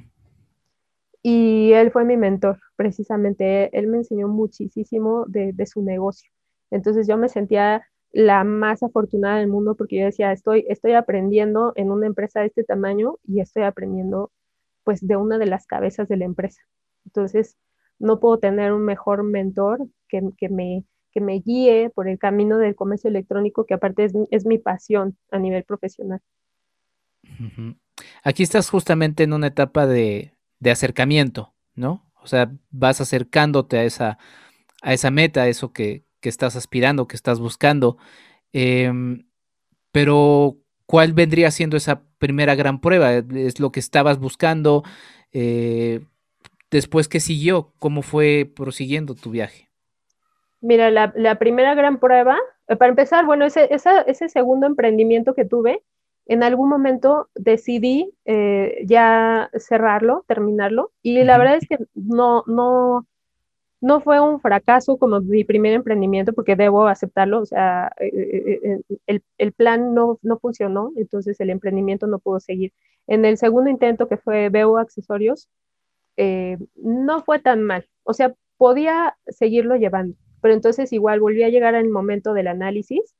Y él fue mi mentor, precisamente. Él me enseñó muchísimo de, de su negocio. Entonces yo me sentía la más afortunada del mundo porque yo decía, estoy, estoy aprendiendo en una empresa de este tamaño y estoy aprendiendo pues de una de las cabezas de la empresa. Entonces no puedo tener un mejor mentor que, que, me, que me guíe por el camino del comercio electrónico, que aparte es, es mi pasión a nivel profesional. Ujú. Aquí estás justamente en una etapa de, de acercamiento, ¿no? O sea, vas acercándote a esa, a esa meta, a eso que, que estás aspirando, que estás buscando. Em, pero, ¿cuál vendría siendo esa primera gran prueba? ¿Es lo que estabas buscando? Eh, Después, ¿qué siguió? ¿Cómo fue prosiguiendo tu viaje? Mira, la, la primera gran prueba, eh, para empezar, bueno, ese, esa, ese segundo emprendimiento que tuve, en algún momento decidí eh, ya cerrarlo, terminarlo, y la Ujú. verdad es que no, no, no fue un fracaso como mi primer emprendimiento, porque debo aceptarlo, o sea, eh, eh, eh, el, el plan no, no funcionó, entonces el emprendimiento no pudo seguir. En el segundo intento, que fue Veo Accesorios, eh, no fue tan mal, o sea, podía seguirlo llevando, pero entonces igual volví a llegar al momento del análisis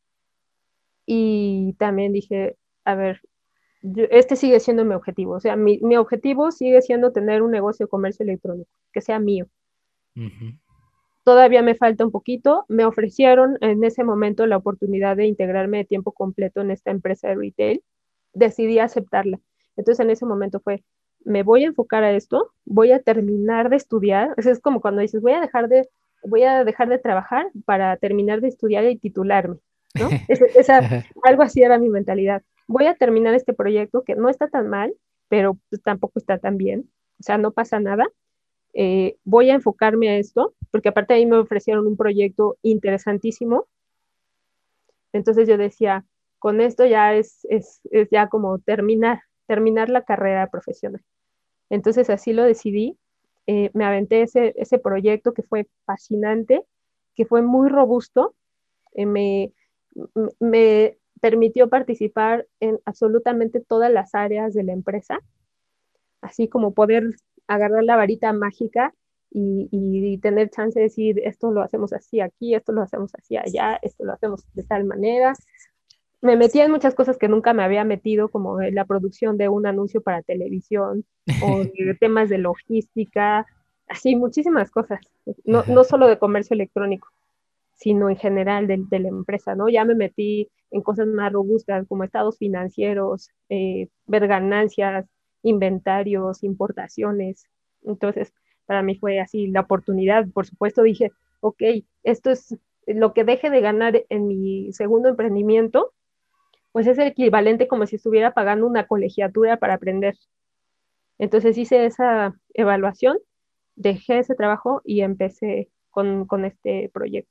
y también dije, a ver, yo- este sigue siendo mi objetivo, o sea, mi, mi objetivo sigue siendo tener un negocio de comercio electrónico, que sea mío. Ujú. Todavía me falta un poquito. Me ofrecieron en ese momento la oportunidad de integrarme de tiempo completo en esta empresa de retail. Decidí aceptarla. Entonces en ese momento fue, me voy a enfocar a esto, voy a terminar de estudiar. O sea, es como cuando dices, voy a dejar de, voy a dejar de trabajar para terminar de estudiar y titularme, ¿no? Es, esa, Ajá. algo así era mi mentalidad. Voy a terminar este proyecto que no está tan mal, pero pues, tampoco está tan bien. O sea, no pasa nada, eh, voy a enfocarme a esto, porque aparte ahí me ofrecieron un proyecto interesantísimo, entonces yo decía, con esto ya es, es, es ya como terminar, terminar la carrera profesional. Entonces así lo decidí, eh, me aventé ese, ese proyecto que fue fascinante, que fue muy robusto, eh, me, me permitió participar en absolutamente todas las áreas de la empresa, así como poder agarrar la varita mágica y, y, tener chance de decir, esto lo hacemos así aquí, esto lo hacemos así allá, esto lo hacemos de tal manera. Me metí en muchas cosas que nunca me había metido, como la producción de un anuncio para televisión o de temas de logística, así muchísimas cosas, no, no Ajá. solo de comercio electrónico, sino en general de, de la empresa, ¿no? Ya me metí en cosas más robustas como estados financieros, eh, ver ganancias, inventarios, importaciones. Entonces, para mí fue así la oportunidad. Por supuesto, dije, ok, esto es lo que deje de ganar en mi segundo emprendimiento, pues es el equivalente como si estuviera pagando una colegiatura para aprender. Entonces hice esa evaluación, dejé ese trabajo y empecé con, con este proyecto.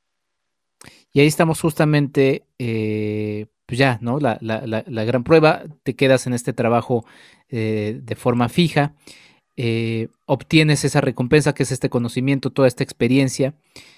Y ahí estamos justamente, eh, pues ya, ¿no? La, la, la, la gran prueba, te quedas en este trabajo eh, de forma fija, eh, obtienes esa recompensa que es este conocimiento, toda esta experiencia,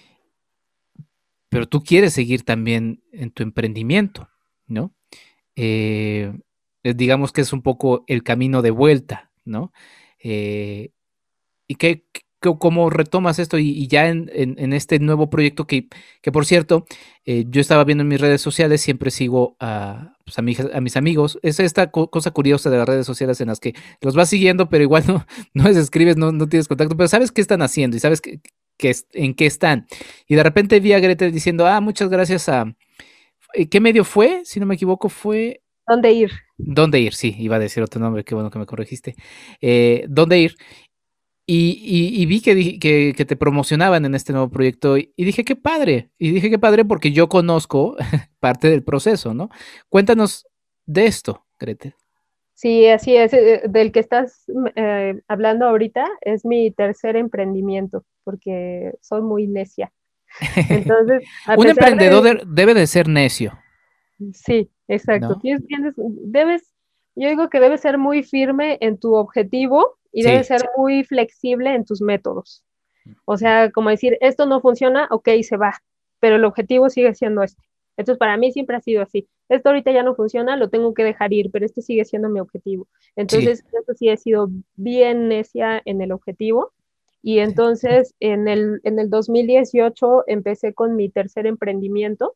pero tú quieres seguir también en tu emprendimiento, ¿no? Eh, eh, digamos que es un poco el camino de vuelta, ¿no? Eh, ¿Y qué, qué- cómo retomas esto y, y ya en, en- en este nuevo proyecto que, que por cierto, eh, yo estaba viendo en mis redes sociales, siempre sigo a, pues, a, mi- a mis amigos. Es esta co- cosa curiosa de las redes sociales en las que los vas siguiendo, pero igual no, no les escribes, no, no tienes contacto, pero sabes qué están haciendo y sabes que, que es- en qué están. Y de repente vi a Greta diciendo, ah, muchas gracias a... eh, ¿Qué medio fue? Si no me equivoco, fue... ¿Dónde ir? ¿Dónde ir? Sí, iba a decir otro nombre, qué bueno que me corregiste. Eh, ¿dónde ir? Y, y- y vi que, di- que, que te promocionaban en este nuevo proyecto y, y dije, qué padre. Y dije, qué padre porque yo conozco parte del proceso, ¿no? Cuéntanos de esto, Grete. Sí, así es. eh, Del que estás eh, hablando ahorita es mi tercer emprendimiento, porque soy muy necia. Entonces, a Un pesar emprendedor de, de- debe de ser necio, sí, exacto. ¿no? Tienes, tienes, debes, yo digo que debes ser muy firme en tu objetivo y debes Sí, ser muy flexible en tus métodos. O sea, como decir, esto no funciona, ok, se va, pero el objetivo sigue siendo este. Entonces, para mí siempre ha sido así. Esto ahorita ya no funciona, lo tengo que dejar ir, pero este sigue siendo mi objetivo. sí. Entonces, eso sí he sido bien necia en el objetivo. Y entonces, en el, en el dos mil dieciocho empecé con mi tercer emprendimiento.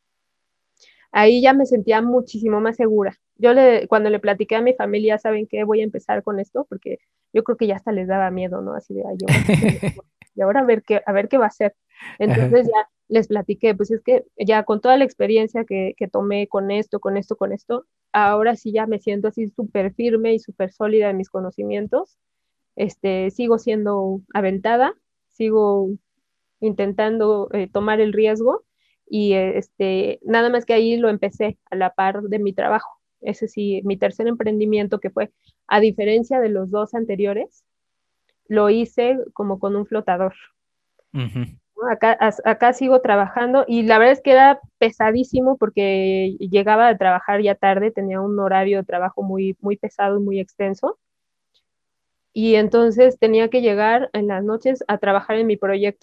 Ahí ya me sentía muchísimo más segura. Yo le, cuando le platiqué a mi familia, ¿saben qué? Voy a empezar con esto, porque yo creo que ya hasta les daba miedo, ¿no? Así de, ay, ¿y ahora qué se me ocurre? Y ahora a ver qué, a ver qué va a hacer. Ajá. Entonces ya les platiqué, pues es que ya con toda la experiencia que, que tomé con esto, con esto, con esto, ahora sí ya me siento así súper firme y súper sólida en mis conocimientos. Este, sigo siendo aventada, sigo intentando eh, tomar el riesgo y eh, este, nada más que ahí lo empecé a la par de mi trabajo. Ese sí, mi tercer emprendimiento que fue, a diferencia de los dos anteriores, lo hice como con un flotador. Ujú. ¿no? Acá, as- acá sigo trabajando y la verdad es que era pesadísimo porque llegaba a trabajar ya tarde, tenía un horario de trabajo muy, muy pesado y muy extenso y entonces tenía que llegar en las noches a trabajar en mi proyecto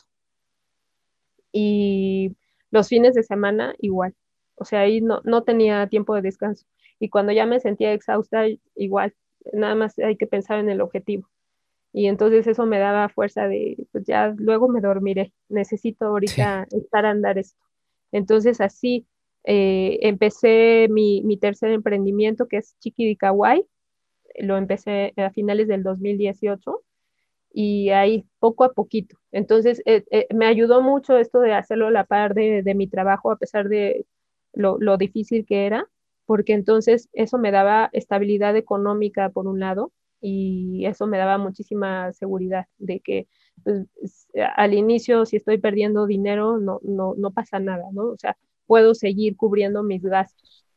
y los fines de semana igual. O sea, ahí no, no tenía tiempo de descanso. Y cuando ya me sentía exhausta, igual, nada más hay que pensar en el objetivo. Y entonces eso me daba fuerza de, pues ya luego me dormiré, necesito Sí. ahorita estar a andar esto. Entonces así eh, empecé mi, mi tercer emprendimiento, que es Chiqui di Kawaii. Lo empecé a finales del dos mil dieciocho y ahí poco a poquito. Entonces, eh, eh, me ayudó mucho esto de hacerlo a la par de, de mi trabajo, a pesar de lo, lo difícil que era, porque entonces eso me daba estabilidad económica por un lado y eso me daba muchísima seguridad de que pues, al inicio, si estoy perdiendo dinero, no, no, no pasa nada, ¿no? O sea, puedo seguir cubriendo mis gastos.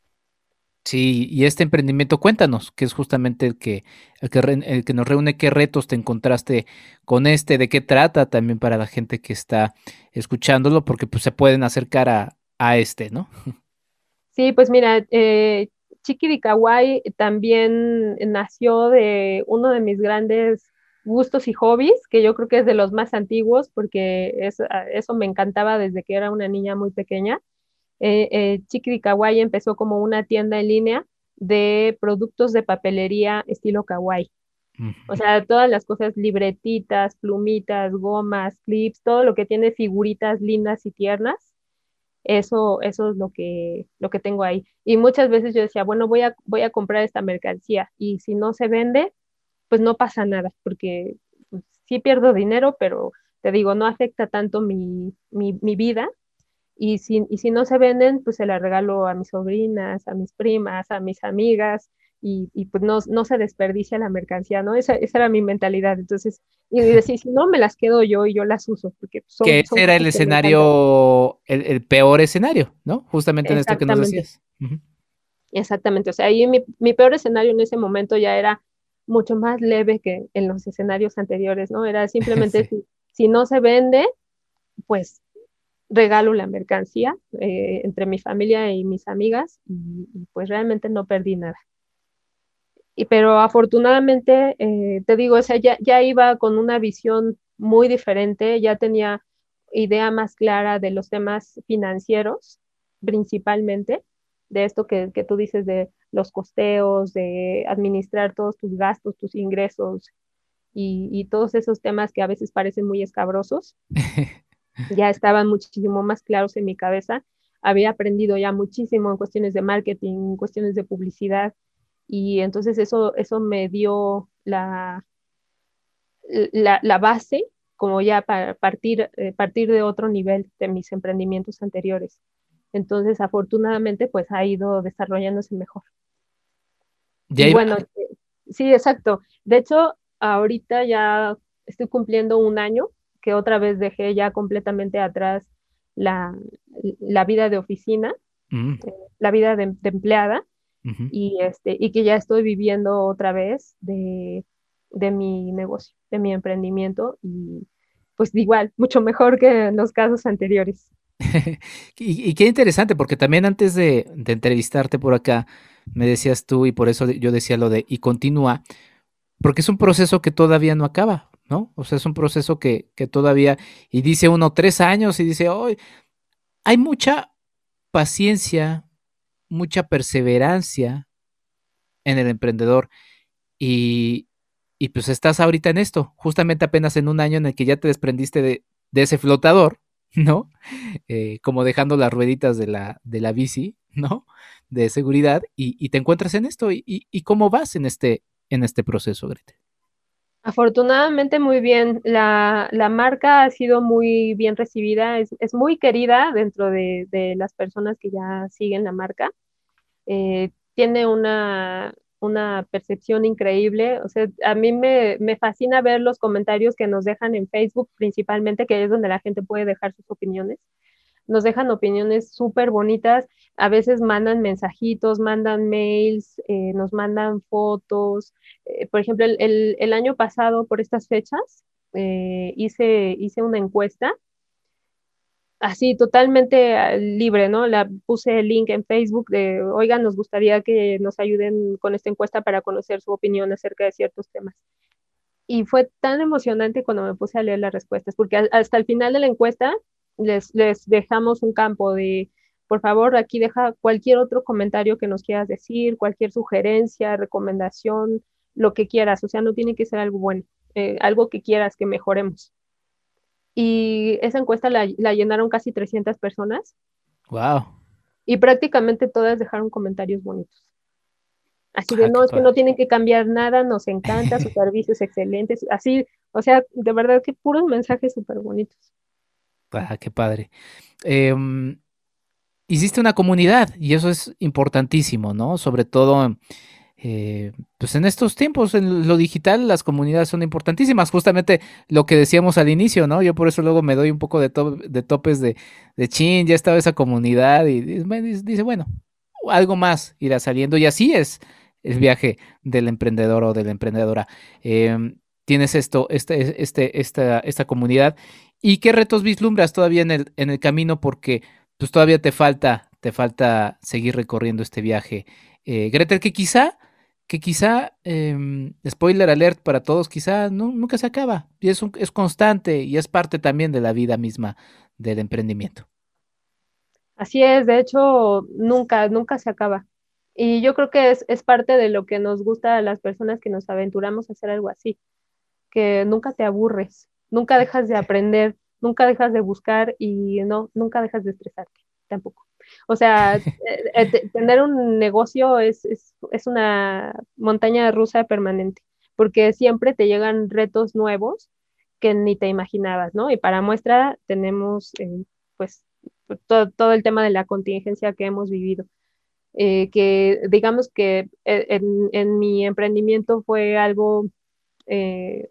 Sí, y este emprendimiento, cuéntanos, que es justamente el que, el que, re- el que nos reúne, qué retos te encontraste con este, de qué trata también para la gente que está escuchándolo, porque pues se pueden acercar a, a este, ¿no? Sí, pues mira, eh, Chiqui di Kawaii también nació de uno de mis grandes gustos y hobbies, que yo creo que es de los más antiguos, porque es- a- eso me encantaba desde que era una niña muy pequeña. Eh, eh, Chiqui di Kawaii empezó como una tienda en línea de productos de papelería estilo kawaii. O Ujú. sea, todas las cosas, libretitas, plumitas, gomas, clips, todo lo que tiene figuritas lindas y tiernas eso, eso es lo que, lo que tengo ahí. Y muchas veces yo decía, bueno, voy a, voy a comprar esta mercancía y si no se vende, pues no pasa nada, porque pues, sí pierdo dinero, pero te digo, no afecta tanto mi, mi, mi vida. Y si, y si no se venden, pues se la regalo a mis sobrinas, a mis primas, a mis amigas, y, y pues no, no se desperdicia la mercancía, ¿no? Esa, esa era mi mentalidad. Entonces, y decir, si no, me las quedo yo y yo las uso, porque Que son, son ese era el cosas que me encantan. escenario, el, el peor escenario, ¿no? Justamente en esto que nos Exactamente. decías. Ujú. Exactamente, o sea, ahí mi, mi peor escenario en ese momento ya era mucho más leve que en los escenarios anteriores, ¿no? Era simplemente Sí. si, si no se vende, pues regalo la mercancía eh, entre mi familia y mis amigas y, y, pues realmente no perdí nada. Y, pero afortunadamente, eh, te digo, o sea, ya, ya iba con una visión muy diferente, ya tenía idea más clara de los temas financieros, principalmente, de esto que, que tú dices de los costeos, de administrar todos tus gastos, tus ingresos y, y todos esos temas que a veces parecen muy escabrosos, ya estaban muchísimo más claros en mi cabeza. Había aprendido ya muchísimo en cuestiones de marketing, en cuestiones de publicidad, y entonces eso, eso me dio la, la, la base como ya para partir, eh, partir de otro nivel de mis emprendimientos anteriores. Entonces, afortunadamente, pues ha ido desarrollándose mejor. De Y ahí va. bueno, eh, sí, exacto. De hecho, ahorita ya estoy cumpliendo un año que otra vez dejé ya completamente atrás la, la vida de oficina, Mm, eh, la vida de, de empleada ujú. y, este, y que ya estoy viviendo otra vez de, de mi negocio, de mi emprendimiento y pues igual, mucho mejor que en los casos anteriores. Y, y qué interesante, porque también antes de, de entrevistarte por acá, me decías tú, y por eso de- yo decía lo de y continúa, porque es un proceso que todavía no acaba, ¿no? O sea, es un proceso que, que todavía, y dice uno tres años y dice, hoy hay mucha paciencia, mucha perseverancia en el emprendedor y, y pues estás ahorita en esto, justamente apenas en un año en el que ya te desprendiste de, de ese flotador, ¿no? Eh, como dejando las rueditas de la, de la bici, ¿no? De seguridad y, y te encuentras en esto y, y, y cómo vas en este, en este proceso, Grete. Afortunadamente, muy bien. La, la marca ha sido muy bien recibida, es, es muy querida dentro de, de las personas que ya siguen la marca. Eh, tiene una, una percepción increíble. O sea, a mí me, me fascina ver los comentarios que nos dejan en Facebook, principalmente, que es donde la gente puede dejar sus opiniones. Nos dejan opiniones súper bonitas, a veces mandan mensajitos, mandan mails, eh, nos mandan fotos. Eh, por ejemplo, el, el, el, año pasado, por estas fechas, eh, hice, hice una encuesta así totalmente ah, libre, ¿no? La puse el link en Facebook de, oigan, nos gustaría que nos ayuden con esta encuesta para conocer su opinión acerca de ciertos temas. Y fue tan emocionante cuando me puse a leer las respuestas, porque a- hasta el final de la encuesta les, les dejamos un campo de, por favor, aquí deja cualquier otro comentario que nos quieras decir, cualquier sugerencia, recomendación, lo que quieras, o sea, no tiene que ser algo bueno, eh, algo que quieras que mejoremos. Y esa encuesta la, la llenaron casi trescientas personas Wow. y prácticamente todas dejaron comentarios bonitos. Así de, Ah, no, qué es que no padre. tienen que cambiar nada, nos encanta, sus servicios excelentes, así, o sea, de verdad que puros mensajes súper bonitos. Ah, qué padre. Em, hiciste una comunidad y eso es importantísimo, ¿no? Sobre todo, eh, pues en estos tiempos, en lo digital, las comunidades son importantísimas. Justamente lo que decíamos al inicio, ¿no? Yo por eso luego me doy un poco de, to- de topes de, de chin, ya estaba esa comunidad y dice, me dice- dice, bueno, algo más irá saliendo y así es el viaje del emprendedor o de la emprendedora. Em, tienes esto, este, este, esta, esta comunidad y qué retos vislumbras todavía en el, en el camino porque pues todavía te falta, te falta seguir recorriendo este viaje. Eh, Gretel, que quizá, que quizá, em, spoiler alert para todos, quizá no, nunca se acaba y es, un- es constante y es parte también de la vida misma del emprendimiento. Así es, de hecho, nunca, nunca se acaba. Y yo creo que es, es parte de lo que nos gusta a las personas que nos aventuramos a hacer algo así, que nunca te aburres, nunca dejas de aprender, nunca dejas de buscar y no, nunca dejas de estresarte tampoco. O sea, eh, eh, te- tener un negocio es, es, es una montaña rusa permanente, porque siempre te llegan retos nuevos que ni te imaginabas, ¿no? Y para muestra tenemos, eh, pues, todo, todo el tema de la contingencia que hemos vivido. Eh, que digamos que eh, en, en mi emprendimiento fue algo eh,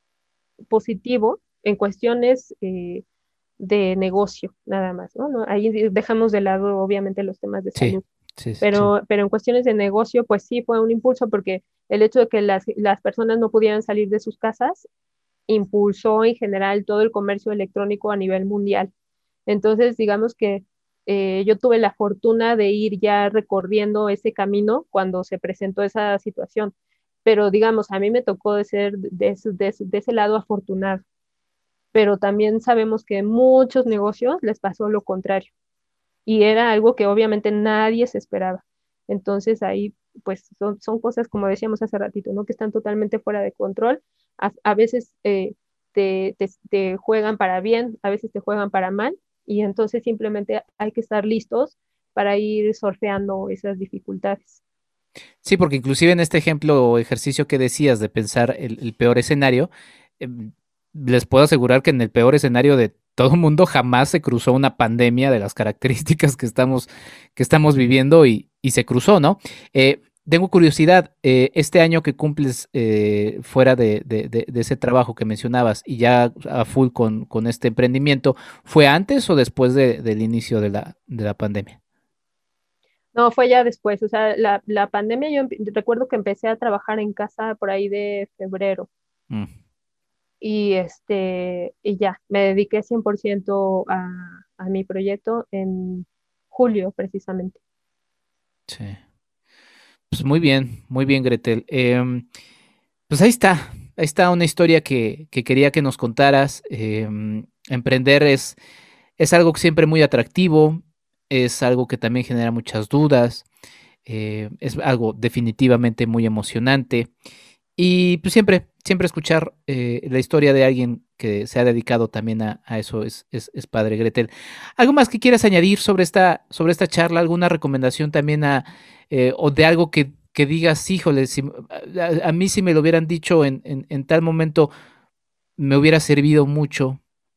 positivo en cuestiones eh, de negocio, nada más, ¿no? ¿no? Ahí dejamos de lado, obviamente, los temas de Sí, salud, sí, sí, sí. pero, pero en cuestiones de negocio, pues sí fue un impulso porque el hecho de que las, las personas no pudieran salir de sus casas impulsó en general todo el comercio electrónico a nivel mundial. Entonces, digamos que eh, yo tuve la fortuna de ir ya recorriendo ese camino cuando se presentó esa situación, pero digamos, a mí me tocó de ser de, ese- de ese de ese lado afortunado, pero también sabemos que muchos negocios les pasó lo contrario y era algo que obviamente nadie se esperaba. Entonces ahí pues son, son cosas como decíamos hace ratito, ¿no? Que están totalmente fuera de control. A, a veces eh, te, te, te juegan para bien, a veces te juegan para mal y entonces simplemente hay que estar listos para ir sorteando esas dificultades. Sí, porque inclusive en este ejemplo o ejercicio que decías de pensar el, el peor escenario, em, les puedo asegurar que en el peor escenario de todo el mundo jamás se cruzó una pandemia de las características que estamos, que estamos viviendo y, y se cruzó, ¿no? Eh, tengo curiosidad, eh, este año que cumples eh, fuera de, de- de- de ese trabajo que mencionabas y ya a full con, con este emprendimiento, ¿fue antes o después de- del inicio de la, de la pandemia? No, fue ya después, o sea, la, la pandemia yo empe- recuerdo que empecé a trabajar en casa por ahí de febrero Mm, y este, y ya, me dediqué cien por ciento a, a mi proyecto en julio precisamente. sí. Pues muy bien, muy bien, Gretel. Em, pues ahí está, ahí está una historia que, que quería que nos contaras. Em, emprender es, es algo siempre muy atractivo, es algo que también genera muchas dudas, eh, es algo definitivamente muy emocionante. Y pues siempre, siempre escuchar eh, la historia de alguien que se ha dedicado también a, a eso es, es, es padre, Gretel. ¿Algo más que quieras añadir sobre esta, sobre esta charla? ¿Alguna recomendación también a, eh, o de algo que, que digas, híjole, si, a, a mí si me lo hubieran dicho en, en, en tal momento, me hubiera servido mucho?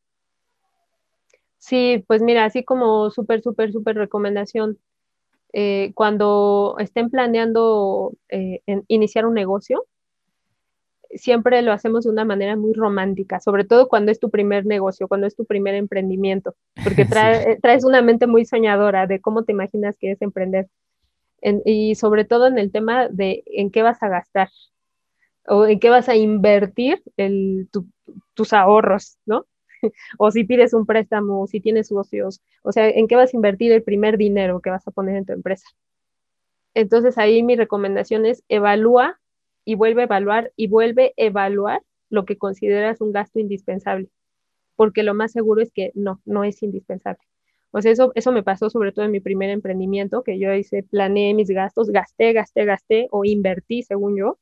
Sí, pues mira, así como súper, súper, súper recomendación, eh, cuando estén planeando eh, en- iniciar un negocio, siempre lo hacemos de una manera muy romántica, sobre todo cuando es tu primer negocio, cuando es tu primer emprendimiento, porque Sí. trae- eh, traes una mente muy soñadora de cómo te imaginas que es emprender. En- y sobre todo en el tema de en qué vas a gastar o en qué vas a invertir el, tu- tus ahorros, ¿no? o si pides un préstamo, si tienes socios, o sea, ¿en qué vas a invertir el primer dinero que vas a poner en tu empresa? Entonces ahí mi recomendación es evalúa y vuelve a evaluar y vuelve a evaluar lo que consideras un gasto indispensable, porque lo más seguro es que no, no es indispensable. O sea, eso, eso me pasó sobre todo en mi primer emprendimiento, que yo hice, planeé mis gastos, gasté, gasté, gasté o invertí, según yo,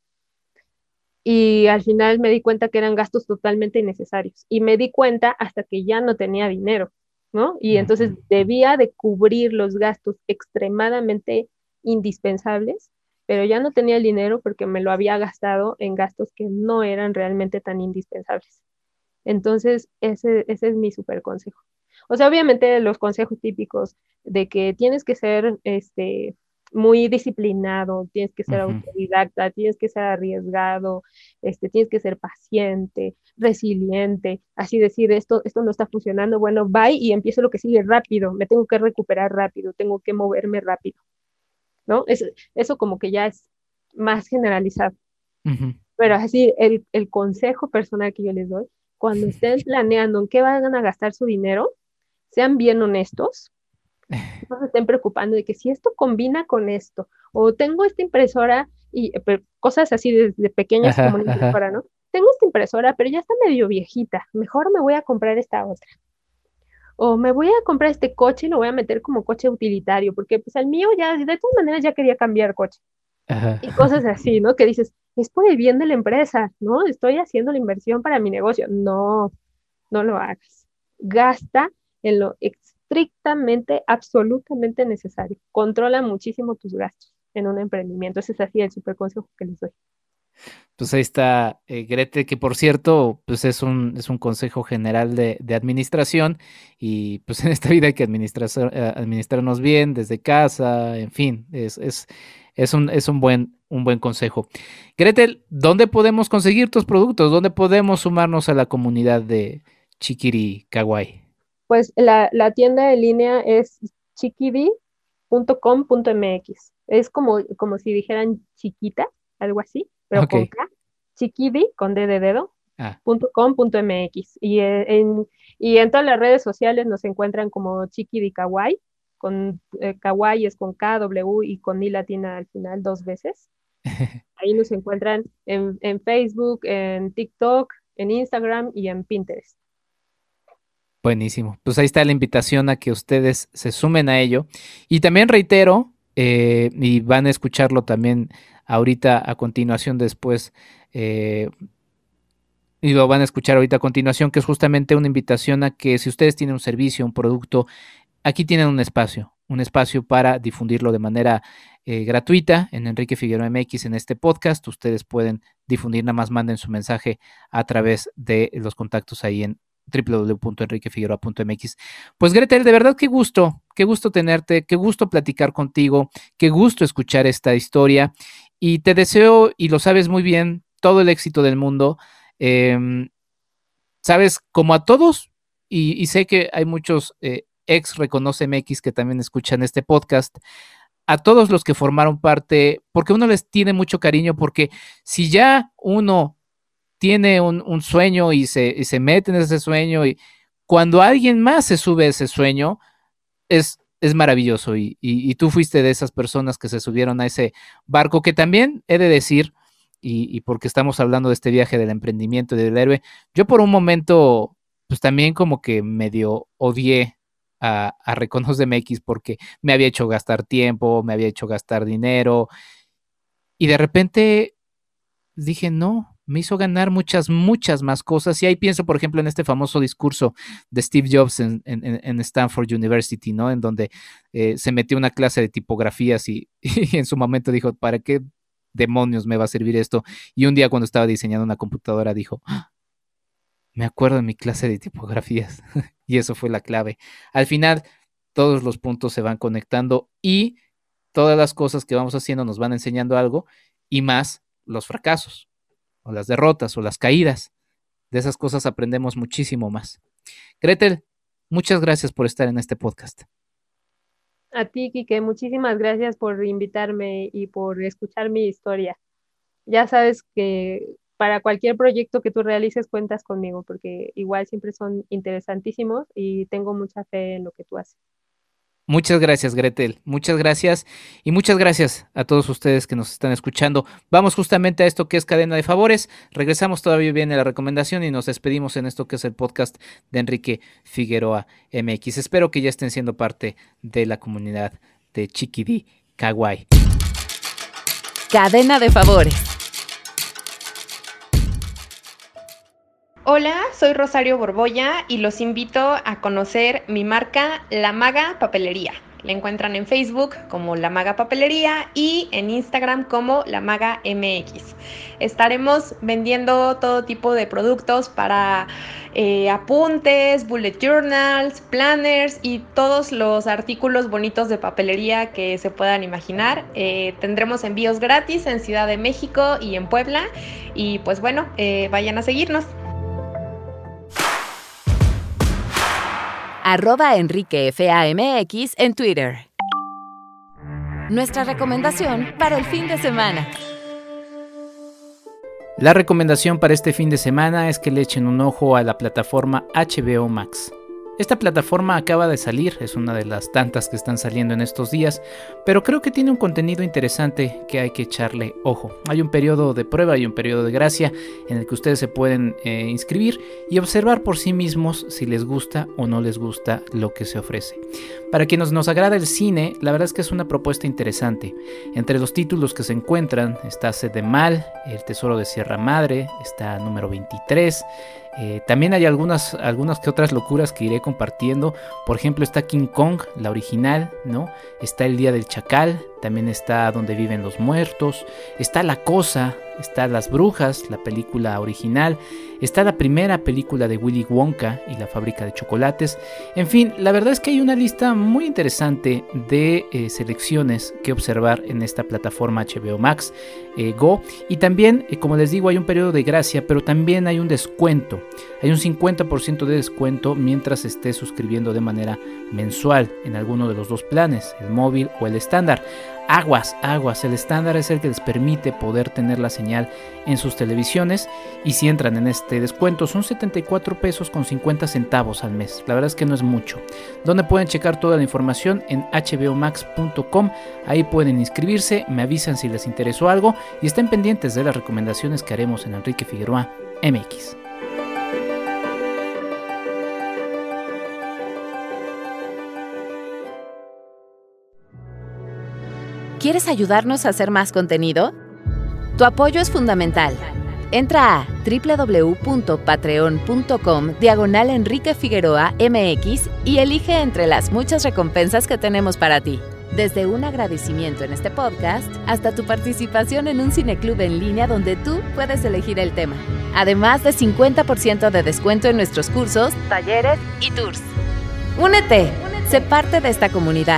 y al final me di cuenta que eran gastos totalmente innecesarios. Y me di cuenta hasta que ya no tenía dinero, ¿no? Y entonces debía de cubrir los gastos extremadamente indispensables, pero ya no tenía el dinero porque me lo había gastado en gastos que no eran realmente tan indispensables. Entonces, ese, ese es mi super consejo. O sea, obviamente los consejos típicos de que tienes que ser este, muy disciplinado, tienes que ser Ujú. autodidacta, tienes que ser arriesgado, este, tienes que ser paciente, resiliente, así decir, esto, esto no está funcionando, bueno, bye y empiezo lo que sigue rápido, me tengo que recuperar rápido, tengo que moverme rápido, ¿no? Eso, eso como que ya es más generalizado. Ujú. Pero así, el, el consejo personal que yo les doy, cuando estén planeando en qué van a gastar su dinero, sean bien honestos, no se estén preocupando de que si esto combina con esto, o tengo esta impresora, y pero cosas así desde pequeñas como Ajá, una ajá. impresora, ¿no? Tengo esta impresora, pero ya está medio viejita, mejor me voy a comprar esta otra. O me voy a comprar este coche y lo voy a meter como coche utilitario, porque pues el mío ya, de todas maneras ya quería cambiar coche. Ajá. Y cosas así, ¿no? Que dices, es por el bien de la empresa, ¿no? Estoy haciendo la inversión para mi negocio. No, no lo hagas. Gasta en lo estrictamente, absolutamente necesario. Controla muchísimo tus gastos en un emprendimiento. Ese es así el super consejo que les doy. Pues ahí está eh, Grete, que por cierto, pues es un, es un consejo general de, de administración y pues en esta vida hay que administrar, eh, administrarnos bien desde casa, en fin, es, es, es un, es un buen, un buen consejo. Gretel, ¿dónde podemos conseguir tus productos? ¿Dónde podemos sumarnos a la comunidad de Chiquiri Kawaii? Pues la, la tienda en línea es chiquibi punto com punto m x. Es como, como si dijeran chiquita, algo así, pero con Ok. K. Chiquibi, con D de dedo, Ah, punto com punto m x. Y eh, en, y en todas las redes sociales nos encuentran como Chiquibi Kawaii, con eh, Kawaii es con K, W y con I latina al final dos veces. Ahí nos encuentran en, en Facebook, en TikTok, en Instagram y en Pinterest. buenísimo. Pues ahí está la invitación a que ustedes se sumen a ello. Y también reitero, eh, y van a escucharlo también ahorita a continuación después, eh, y lo van a escuchar ahorita a continuación, que es justamente una invitación a que si ustedes tienen un servicio, un producto, aquí tienen un espacio, un espacio para difundirlo de manera eh, gratuita en Enrique Figueroa M X en este podcast. Ustedes pueden difundir, nada más manden su mensaje a través de los contactos ahí en w w w punto enrique figueroa punto m x. Pues Gretel, de verdad qué gusto, qué gusto tenerte, qué gusto platicar contigo, qué gusto escuchar esta historia y te deseo, y lo sabes muy bien, todo el éxito del mundo. Eh, sabes, como a todos, y, y sé que hay muchos eh, ex Reconoce M X que también escuchan este podcast, a todos los que formaron parte, porque uno les tiene mucho cariño, porque si ya uno tiene un, un sueño y se, y se mete en ese sueño, y cuando alguien más se sube a ese sueño, es, es maravilloso. Y, y, y tú fuiste de esas personas que se subieron a ese barco, que también he de decir, y, y porque estamos hablando de este viaje del emprendimiento y del héroe, yo por un momento, pues también como que medio odié a, a Reconoce M X porque me había hecho gastar tiempo, me había hecho gastar dinero, y de repente dije, no, me hizo ganar muchas, muchas más cosas. Y ahí pienso, por ejemplo, en este famoso discurso de Steve Jobs en, en, en Stanford University, ¿no? En donde eh, se metió una clase de tipografías y, y en su momento dijo, ¿para qué demonios me va a servir esto? Y un día cuando estaba diseñando una computadora dijo, "Ah, me acuerdo de mi clase de tipografías." Y eso fue la clave. Al final, todos los puntos se van conectando y todas las cosas que vamos haciendo nos van enseñando algo y más los fracasos o las derrotas o las caídas. De esas cosas aprendemos muchísimo más. Gretel, muchas gracias por estar en este podcast. A ti, Quique, muchísimas gracias por invitarme y por escuchar mi historia. Ya sabes que para cualquier proyecto que tú realices cuentas conmigo, porque igual siempre son interesantísimos y tengo mucha fe en lo que tú haces. Muchas gracias, Gretel. Muchas gracias y muchas gracias a todos ustedes que nos están escuchando. Vamos justamente a esto que es Cadena de Favores. Regresamos, todavía viene la recomendación y nos despedimos en esto que es el podcast de Enrique Figueroa M X. Espero que ya estén siendo parte de la comunidad de Chiquidí Kawaii. Cadena de Favores. Hola, soy Rosario Borbolla y los invito a conocer mi marca La Maga Papelería. La encuentran en Facebook como La Maga Papelería y en Instagram como La Maga M X. Estaremos vendiendo todo tipo de productos para eh, apuntes, bullet journals, planners y todos los artículos bonitos de papelería que se puedan imaginar. Eh, tendremos envíos gratis en Ciudad de México y en Puebla. Y pues bueno, eh, vayan a seguirnos. Arroba Enrique F A M X en Twitter. Nuestra recomendación para el fin de semana. La recomendación para este fin de semana es que le echen un ojo a la plataforma H B O Max. Esta plataforma acaba de salir, es una de las tantas que están saliendo en estos días, pero creo que tiene un contenido interesante que hay que echarle ojo. Hay un periodo de prueba y un periodo de gracia en el que ustedes se pueden eh, inscribir y observar por sí mismos si les gusta o no les gusta lo que se ofrece. Para quienes nos agrada el cine, la verdad es que es una propuesta interesante. Entre los títulos que se encuentran está Sed de Mal, El Tesoro de Sierra Madre, está número veintitrés. Eh, también hay algunas, algunas que otras locuras que iré compartiendo. Por ejemplo, está King Kong, la original, ¿no? Está El Día del Chacal, también está Donde Viven los Muertos, está La Cosa, está Las Brujas, la película original, está la primera película de Willy Wonka y la fábrica de chocolates. En fin, la verdad es que hay una lista muy interesante de eh, selecciones que observar en esta plataforma H B O Max eh, Go. Y también, eh, como les digo, hay un periodo de gracia, pero también hay un descuento. Hay un cincuenta por ciento de descuento mientras estés suscribiendo de manera mensual en alguno de los dos planes, el móvil o el estándar. Aguas, aguas, el estándar es el que les permite poder tener la señal en sus televisiones y si entran en este descuento son setenta y cuatro pesos con cincuenta centavos al mes. La verdad es que no es mucho. Donde pueden checar toda la información en h b o max punto com, ahí pueden inscribirse, me avisan si les interesó algo y estén pendientes de las recomendaciones que haremos en Enrique Figueroa M X. ¿Quieres ayudarnos a hacer más contenido? Tu apoyo es fundamental. Entra a www.patreon.com diagonal Enrique Figueroa M X y elige entre las muchas recompensas que tenemos para ti. Desde un agradecimiento en este podcast hasta tu participación en un cineclub en línea donde tú puedes elegir el tema. Además de cincuenta por ciento de descuento en nuestros cursos, talleres y tours. ¡Únete! Sé parte de esta comunidad.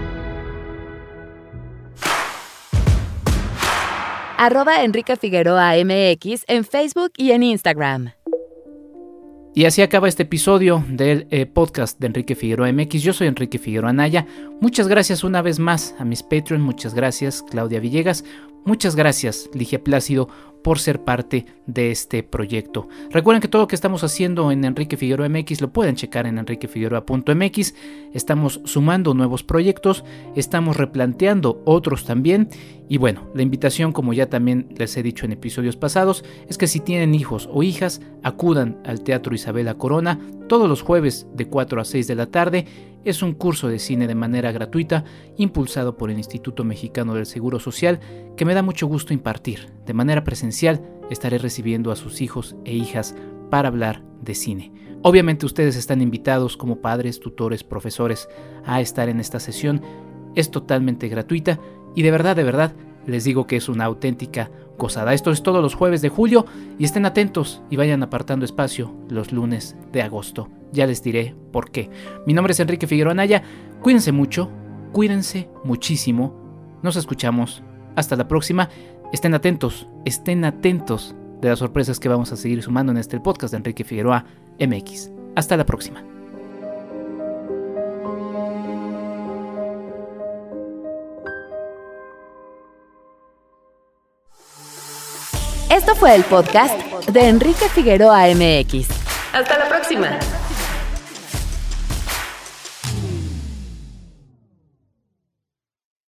Arroba Enrique Figueroa M X en Facebook y en Instagram. Y así acaba este episodio del eh, podcast de Enrique Figueroa M X. Yo soy Enrique Figueroa Anaya. Muchas gracias una vez más a mis Patreon. Muchas gracias Claudia Villegas. Muchas gracias Ligia Plácido por ser parte de este proyecto. Recuerden que todo lo que estamos haciendo en Enrique Figueroa M X lo pueden checar en enrique figueroa punto m x. Estamos sumando nuevos proyectos, estamos replanteando otros también. Y bueno, la invitación, como ya también les he dicho en episodios pasados, es que si tienen hijos o hijas, acudan al Teatro Isabela Corona todos los jueves de cuatro a seis de la tarde. Es un curso de cine de manera gratuita, impulsado por el Instituto Mexicano del Seguro Social, que me da mucho gusto impartir. De manera presencial estaré recibiendo a sus hijos e hijas para hablar de cine. Obviamente ustedes están invitados como padres, tutores, profesores a estar en esta sesión. Es totalmente gratuita y de verdad, de verdad, les digo que es una auténtica gozada. Esto es todos los jueves de julio y estén atentos y vayan apartando espacio los lunes de agosto. Ya les diré por qué. Mi nombre es Enrique Figueroa Anaya. Cuídense mucho, cuídense muchísimo. Nos escuchamos. Hasta la próxima. Estén atentos, estén atentos de las sorpresas que vamos a seguir sumando en este podcast de Enrique Figueroa M X. Hasta la próxima. Esto fue el podcast de Enrique Figueroa M X. Hasta la próxima.